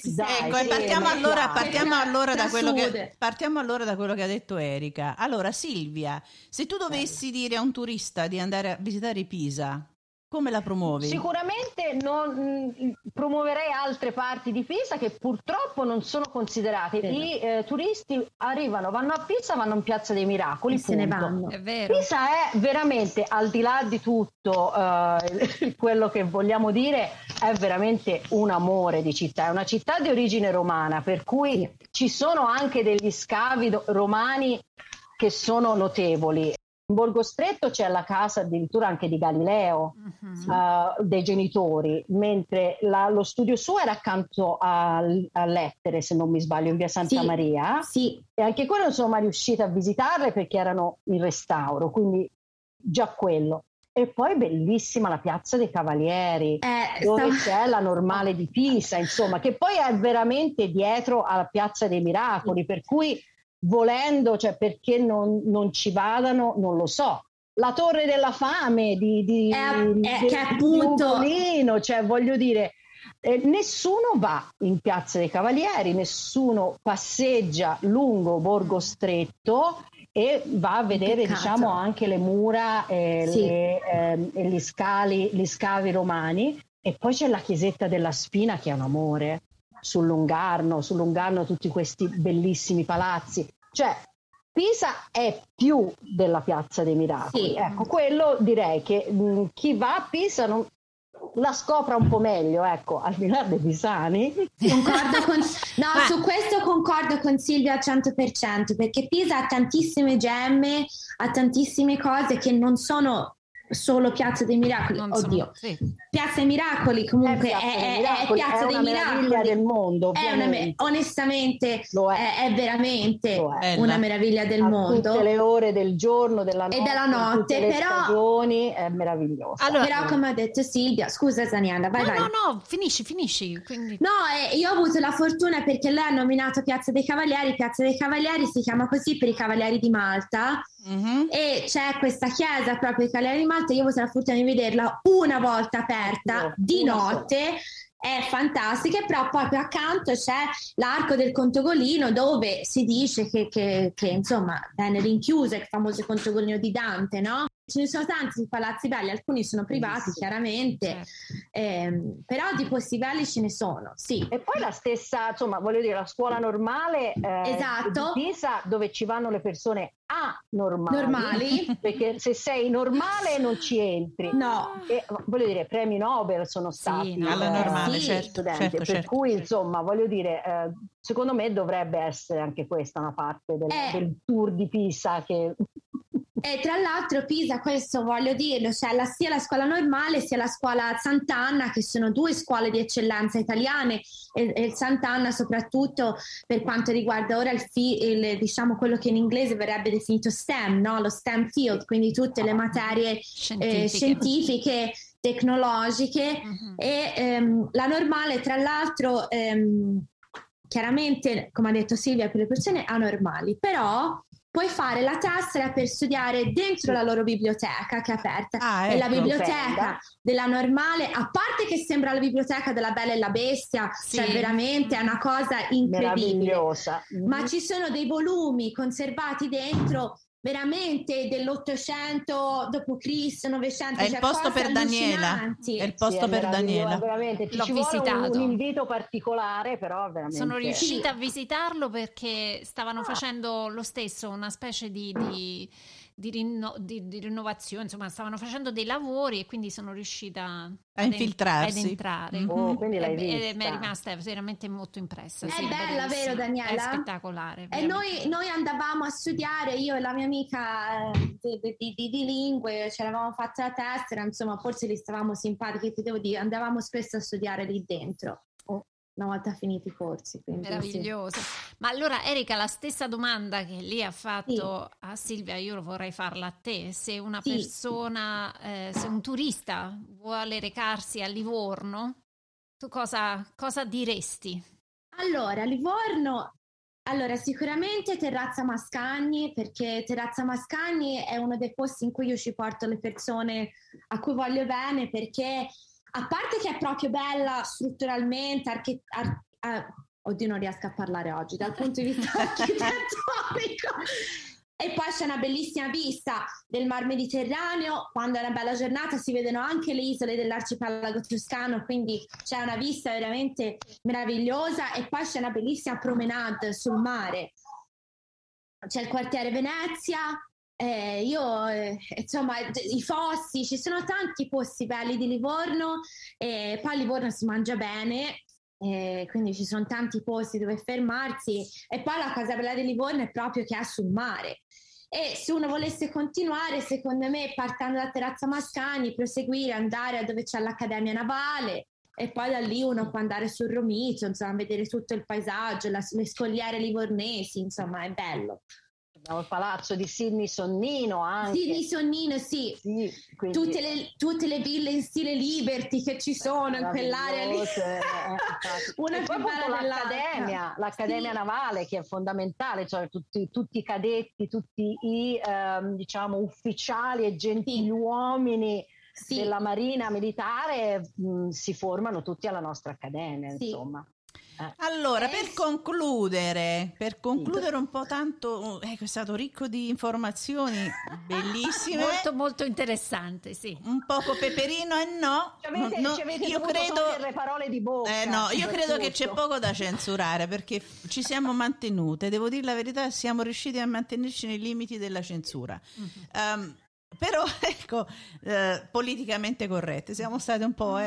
partiamo allora da quello che ha detto Erika. Allora Silvia, se tu dovessi dire a un turista di andare a visitare Pisa, come la promuovi? Sicuramente promuoverei altre parti di Pisa che purtroppo non sono considerate. I turisti vanno a Pisa, vanno in Piazza dei Miracoli, se ne vanno. È vero. Pisa è veramente, al di là di tutto quello che vogliamo dire, è veramente un amore di città. È una città di origine romana, per cui ci sono anche degli scavi romani che sono notevoli. In Borgo Stretto c'è la casa addirittura anche di Galileo, dei genitori, mentre lo studio suo era accanto a Lettere, se non mi sbaglio, in via Santa Maria. Sì. E anche quello non sono mai riuscita a visitarle perché erano in restauro, quindi già quello. E poi bellissima la Piazza dei Cavalieri, dove c'è la Normale di Pisa, insomma, che poi è veramente dietro alla Piazza dei Miracoli, per cui volendo, cioè perché non ci vadano, non lo so. La Torre della Fame di Ugolino, cioè voglio dire, nessuno va in Piazza dei Cavalieri, nessuno passeggia lungo Borgo Stretto e va a vedere, diciamo, anche le mura e gli scavi romani. E poi c'è la chiesetta della Spina, che è un amore. Sul Lungarno tutti questi bellissimi palazzi, cioè Pisa è più della Piazza dei Miracoli. Ecco, quello direi che chi va a Pisa la scopra un po' meglio, ecco, al di là dei pisani. Su questo concordo con Silvia al 100%, perché Pisa ha tantissime gemme, ha tantissime cose che non sono solo Piazza dei Miracoli, Piazza dei Miracoli comunque è Piazza dei Miracoli, meraviglia del mondo, onestamente è veramente una meraviglia del mondo, tutte le ore del giorno, della notte, e della notte, però stagioni, è meravigliosa. Allora, però come ha detto Silvia, scusa Daniela, vai. No, finisci. Quindi... No, io ho avuto la fortuna perché lei ha nominato Piazza dei Cavalieri si chiama così per i Cavalieri di Malta. E c'è questa chiesa proprio dei Cavalieri di Malta, io ho avuto la fortuna di vederla una volta aperta di notte, è fantastica, e però proprio accanto c'è l'Arco del Contogolino, dove si dice che insomma venne rinchiuso il famoso Contogolino di Dante, no? Ce ne sono tanti di palazzi belli, alcuni sono privati chiaramente, però di posti belli ce ne sono, sì. E poi la stessa, insomma, voglio dire, la scuola normale esatto. di Pisa, dove ci vanno le persone normali, perché se sei normale non ci entri. No. E, voglio dire, premi Nobel sono stati alla normale, certo. Per cui, insomma, voglio dire, secondo me dovrebbe essere anche questa una parte del tour di Pisa che... E tra l'altro Pisa, questo voglio dirlo, c'è sia la scuola normale sia la scuola Sant'Anna, che sono due scuole di eccellenza italiane, e il Sant'Anna soprattutto per quanto riguarda ora diciamo quello che in inglese verrebbe definito STEM, no? Lo STEM field, quindi tutte le materie scientifiche, tecnologiche, e la normale tra l'altro chiaramente, come ha detto Silvia, per le persone anormali, però puoi fare la tessera per studiare dentro la loro biblioteca che è aperta, e la biblioteca della normale, a parte che sembra la biblioteca della Bella e la Bestia, cioè veramente è una cosa incredibile, meravigliosa, ma ci sono dei volumi conservati dentro veramente dell'800 d.C., 900, è il posto per Daniela, è il posto per Daniela, veramente l'ho visitato, un invito particolare, però veramente sono riuscita a visitarlo perché stavano facendo lo stesso, una specie di rinnovazione, insomma stavano facendo dei lavori, e quindi sono riuscita a infiltrarsi, ad entrare. Quindi l'hai vista. E mi è rimasta veramente molto impressa. È bella, vero Daniela? È spettacolare. E noi andavamo a studiare, io e la mia amica di lingue, ce l'avevamo fatta la tessera, insomma forse li stavamo simpatici, ti devo dire, andavamo spesso a studiare lì dentro una volta finiti i corsi. Meraviglioso. Ma allora Erika, la stessa domanda che lei ha fatto a Silvia, io lo vorrei farla a te. Se una persona, se un turista vuole recarsi a Livorno, tu cosa diresti? Allora, Livorno, sicuramente Terrazza Mascagni, perché Terrazza Mascagni è uno dei posti in cui io ci porto le persone a cui voglio bene, perché a parte che è proprio bella strutturalmente, oddio non riesco a parlare oggi, dal punto di vista architettonico, e poi c'è una bellissima vista del Mar Mediterraneo, quando è una bella giornata si vedono anche le isole dell'arcipelago toscano, quindi c'è una vista veramente meravigliosa, e poi c'è una bellissima promenade sul mare, c'è il quartiere Venezia. Insomma, i Fossi, ci sono tanti posti belli di Livorno, poi a Livorno si mangia bene, quindi ci sono tanti posti dove fermarsi, e poi la cosa bella di Livorno è proprio che è sul mare, e se uno volesse continuare, secondo me, partendo da Terrazza Mascagni, proseguire, andare a dove c'è l'Accademia Navale, e poi da lì uno può andare sul Romito, insomma, vedere tutto il paesaggio, le scogliere livornesi, insomma, è bello. Abbiamo il palazzo di Sidney Sonnino anche. Sidney Sonnino, sì. Quindi... tutte le ville in stile Liberty che ci sono in quell'area lì. Una più bella l'Accademia Navale, che è fondamentale, cioè tutti i cadetti, tutti i diciamo ufficiali e gentiluomini della Marina Militare si formano tutti alla nostra accademia, insomma. Allora, per concludere un po', tanto è stato ricco di informazioni bellissime, molto molto interessante, un poco peperino io credo le parole di bocca, io credo che c'è poco da censurare, perché ci siamo mantenute, devo dire la verità, siamo riusciti a mantenerci nei limiti della censura. Però ecco, politicamente corrette siamo state un po',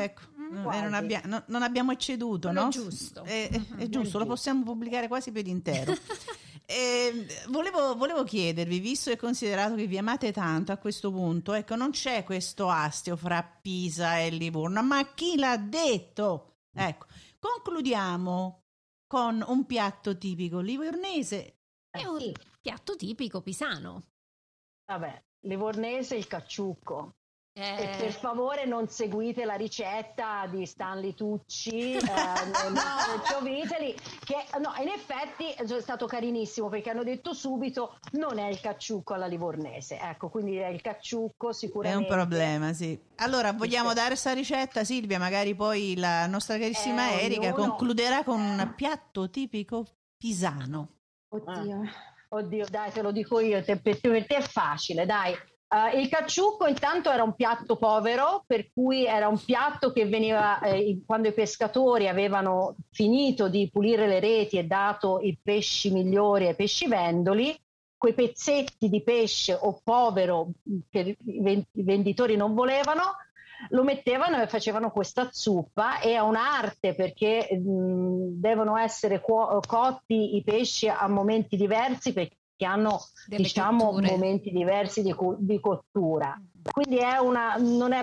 non abbiamo ecceduto, no? Giusto. È giusto, lo possiamo pubblicare quasi per intero. Volevo chiedervi, visto e considerato che vi amate tanto a questo punto, ecco, non c'è questo astio fra Pisa e Livorno, ma chi l'ha detto? Ecco, concludiamo con un piatto tipico livornese e un piatto tipico pisano. Vabbè, livornese il cacciucco. E per favore non seguite la ricetta di Stanley Tucci, Cioviteli, che no, in effetti è stato carinissimo perché hanno detto subito non è il cacciucco alla livornese, ecco, quindi è il cacciucco sicuramente. È un problema, sì. Allora vogliamo dare questa ricetta, Silvia, magari poi la nostra carissima Erika concluderà con un piatto tipico pisano. Oddio, dai, te lo dico io, per te è facile, dai. Il cacciucco intanto era un piatto povero, per cui era un piatto che veniva quando i pescatori avevano finito di pulire le reti e dato i pesci migliori ai pescivendoli, quei pezzetti di pesce o povero che i venditori non volevano, lo mettevano e facevano questa zuppa, e è un'arte perché devono essere cotti i pesci a momenti diversi perché hanno momenti diversi di cottura, quindi è una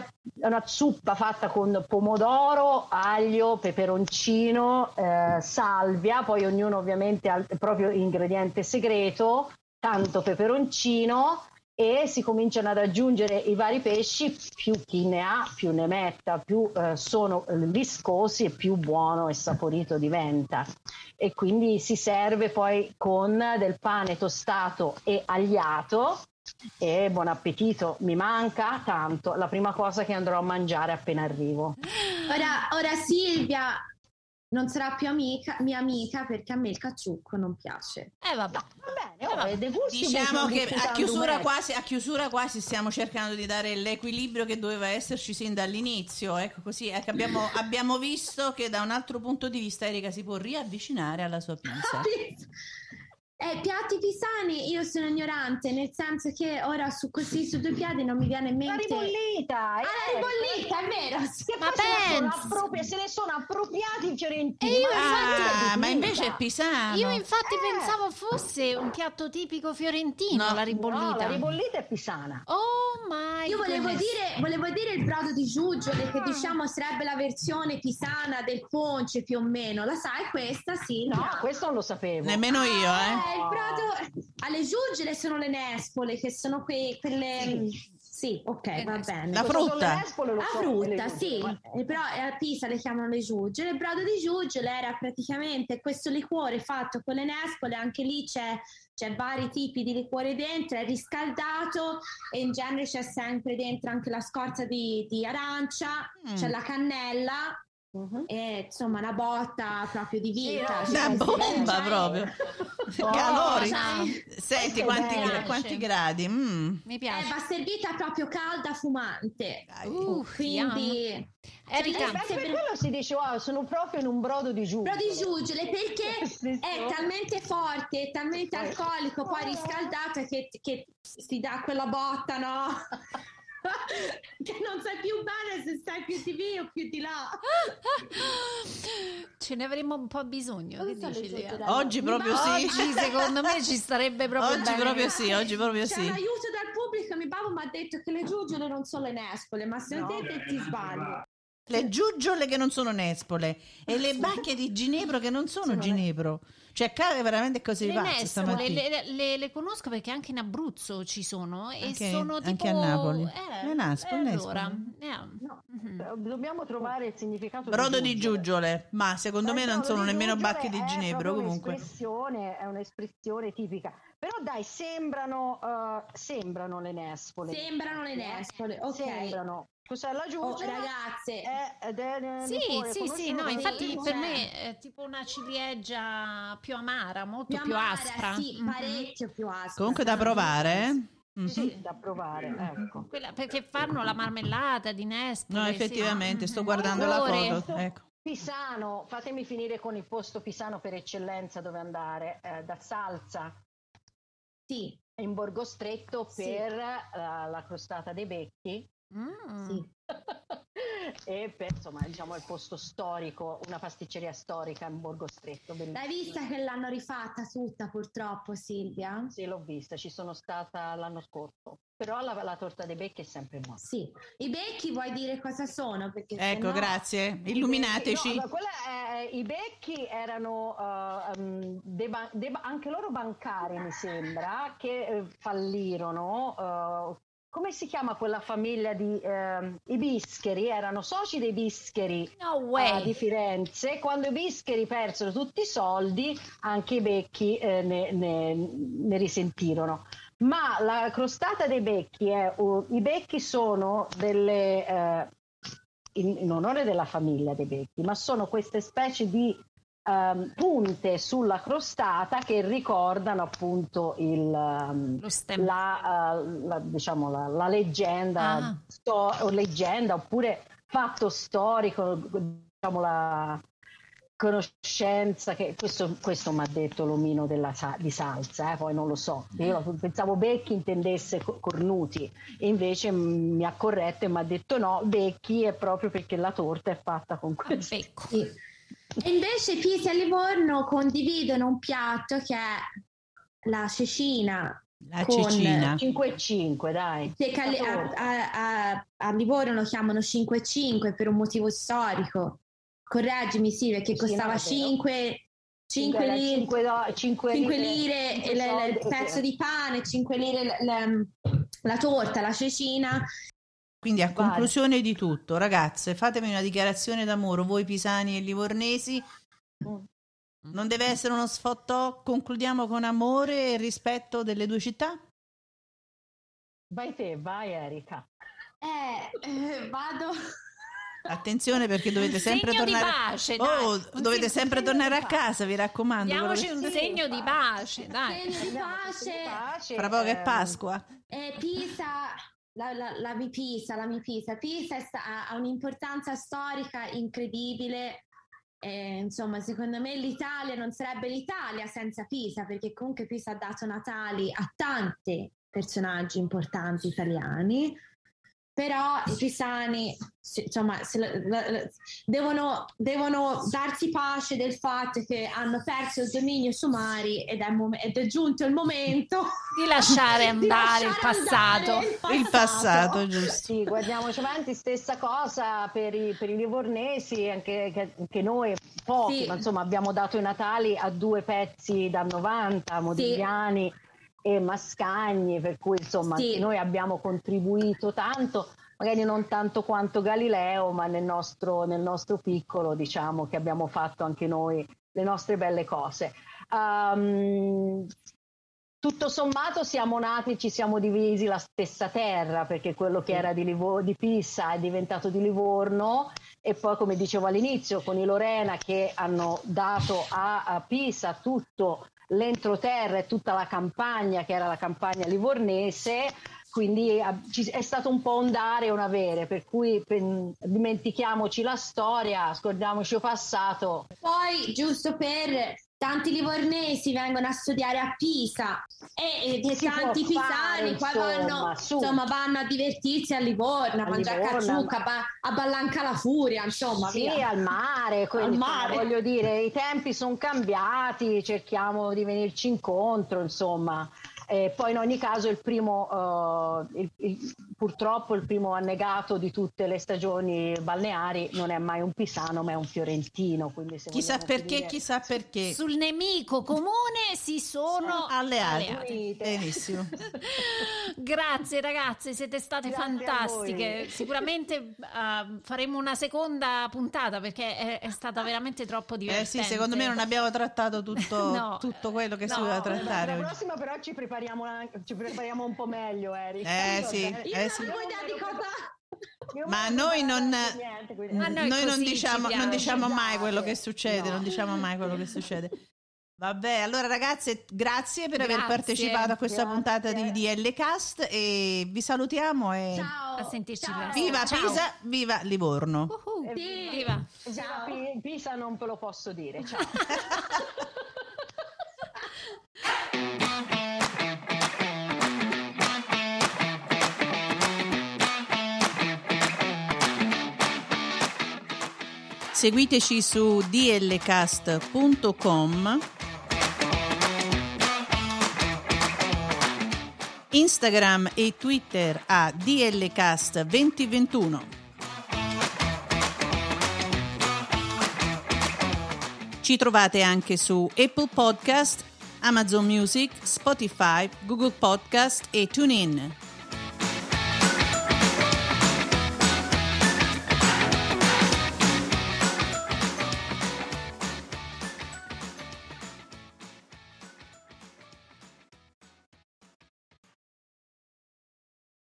zuppa fatta con pomodoro, aglio, peperoncino, salvia, poi ognuno ovviamente ha il proprio ingrediente segreto, tanto peperoncino, e si cominciano ad aggiungere i vari pesci, più chi ne ha più ne metta, più sono viscosi e più buono e saporito diventa. E quindi si serve poi con del pane tostato e agliato, e buon appetito, mi manca tanto, la prima cosa che andrò a mangiare appena arrivo. Ora Silvia non sarà più mia amica perché a me il cacciucco non piace. Vabbè. Va bene, diciamo che a chiusura quasi stiamo cercando di dare l'equilibrio che doveva esserci sin dall'inizio, ecco, così ecco, abbiamo visto che da un altro punto di vista Erika si può riavvicinare alla sua pizza. Piatti pisani, io sono ignorante, nel senso che ora su due piedi non mi viene in mente. La ribollita! La ribollita, è vero! Ma se ne sono appropriati i fiorentini. Ma invece è pisano. Io infatti pensavo fosse un piatto tipico fiorentino, la ribollita. No, la ribollita è pisana. Oh my Io volevo dire il brodo di giuggiole, che diciamo sarebbe la versione pisana del ponce più o meno. La sai questa? Sì. No, questo non lo sapevo. Nemmeno io, il brodo alle giuggiole sono le nespole, che sono quelle. Sì, ok, va bene. La frutta. La frutta, sì. Però a Pisa le chiamano le giuggiole. Il brodo di giuggiole era praticamente questo liquore fatto con le nespole, anche lì c'è vari tipi di liquore dentro, è riscaldato e in genere c'è sempre dentro anche la scorza di arancia, c'è la cannella. E insomma una botta proprio di vita, una bomba proprio. Calori. Senti quanti gradi. Mi piace. Va servita proprio calda, fumante. Quindi Erika, per quello si dice sono proprio in un brodo di giuggiole. Brodo di giuggiole perché è talmente forte, è talmente alcolico, poi riscaldato che si dà quella botta, no? Che non sai più bene se stai più di lì o più di là. Ce ne avremmo un po' bisogno. Che dici, oggi proprio sì. Oggi secondo me ci starebbe proprio oggi bene. Proprio sì, oggi proprio c'è sì. un aiuto dal pubblico. Mio babbo mi ha detto che le giuggiole non sono le nespole, ma se te ti sbagli. Le giuggiole che non sono nespole e le bacche di ginepro che non sono ginepro. Cioè, cade veramente così pazzo. Le conosco perché anche in Abruzzo ci sono e sono tipo anche a Napoli. allora, dobbiamo trovare il significato brodo di giuggiole, ma secondo me non sono nemmeno bacche di ginepro, comunque. È un'espressione tipica. Però dai, sembrano le nespole. Sembrano le nespole, ok. Sembrano. Cos'è la giuggiole? Ragazze. Sì, no, infatti per me è tipo una ciliegia più amara, molto più aspra. Sì, parecchio più aspra. Comunque da provare, Sì, da provare, ecco. Quella, perché fanno la marmellata di nespole. No, effettivamente, sto guardando la foto. Ecco. Pisano, fatemi finire con il posto pisano per eccellenza dove andare, da Salza. Sì. In Borgo Stretto per la crostata dei becchi. Sì. e per, insomma, diciamo, il posto storico, una pasticceria storica in Borgo Stretto. L'hai vista che l'hanno rifatta tutta purtroppo, Silvia? Sì, l'ho vista, ci sono stata l'anno scorso, però la torta dei becchi è sempre buona. Sì, i becchi vuoi dire cosa sono? Perché ecco, grazie, illuminateci. No, i becchi erano anche loro bancari, mi sembra, che fallirono. Come si chiama quella famiglia di i Bischeri? Erano soci dei Bischeri di Firenze. Quando i Bischeri persero tutti i soldi, anche i becchi ne risentirono. Ma la crostata dei becchi i becchi sono delle in onore della famiglia dei becchi, ma sono queste specie di punte sulla crostata che ricordano appunto la leggenda, leggenda oppure fatto storico, diciamo la conoscenza che questo mi ha detto l'omino di salsa, poi non lo so, io pensavo becchi intendesse cornuti e invece mi ha corretto e mi ha detto no, becchi è proprio perché la torta è fatta con questo becco. Sì. E invece Pisa e Livorno condividono un piatto che è la cecina. La cecina 5,5, dai. Che a Livorno lo chiamano 5,5 per un motivo storico. Correggimi, sì, perché costava 5 lire il pezzo di pane, 5 lire la torta, la cecina. Quindi a conclusione di tutto, ragazze, fatemi una dichiarazione d'amore, voi pisani e livornesi. Non deve essere uno sfottò, concludiamo con amore e rispetto delle due città? Vai Erika. Vado. Attenzione perché dovete sempre tornare di pace, dovete sempre tornare a casa, vi raccomando. Diamoci un segno di pace, dai. Segno di pace. Fra poco è Pasqua. Pisa, la mia Pisa ha un'importanza storica incredibile. Insomma, secondo me l'Italia non sarebbe l'Italia senza Pisa, perché comunque Pisa ha dato natali a tanti personaggi importanti italiani. Però i pisani insomma devono darsi pace del fatto che hanno perso il dominio su Mari ed è giunto il momento di lasciare andare il passato. Il passato, giusto. Sì, guardiamoci avanti, stessa cosa per i livornesi, anche noi pochi, ma insomma abbiamo dato i natali a due pezzi da 90, Modigliani e Mascagni, per cui insomma anche noi abbiamo contribuito tanto, magari non tanto quanto Galileo, ma nel nostro piccolo, diciamo che abbiamo fatto anche noi le nostre belle cose. Tutto sommato siamo nati, ci siamo divisi la stessa terra, perché quello che era di Pisa è diventato di Livorno, e poi, come dicevo all'inizio, con i Lorena che hanno dato a Pisa tutto l'entroterra e tutta la campagna, che era la campagna livornese, quindi è stato un po' un dare e un avere, per cui dimentichiamoci la storia, scordiamoci il passato. Poi, giusto per tanti livornesi vengono a studiare a Pisa e tanti pisani qua vanno a divertirsi a Livorno, a mangiare cacciucca, a Ballanca la Furia, insomma. Sì, via. Al mare, quindi voglio dire, i tempi sono cambiati, cerchiamo di venirci incontro, insomma. Poi in ogni caso purtroppo il primo annegato di tutte le stagioni balneari non è mai un pisano ma è un fiorentino, quindi chissà perché sul nemico comune si sono alleati. Benissimo. Grazie ragazze, siete state fantastiche, sicuramente faremo una seconda puntata perché è stata veramente troppo divertente. Sì, secondo me non abbiamo trattato tutto quello che si doveva trattare. La prossima però ci prepariamo un po' meglio, Erika. Ma noi non diciamo mai quello che succede, non diciamo mai quello che succede. Vabbè, allora ragazze, grazie per aver partecipato a questa puntata di DL Cast e vi salutiamo e ciao, a sentirci presto. Viva Pisa, viva Livorno. Viva. Pisa non ve lo posso dire. Ciao. Seguiteci su dlcast.com, Instagram e Twitter a dlcast2021. Ci trovate anche su Apple Podcast, Amazon Music, Spotify, Google Podcast e TuneIn.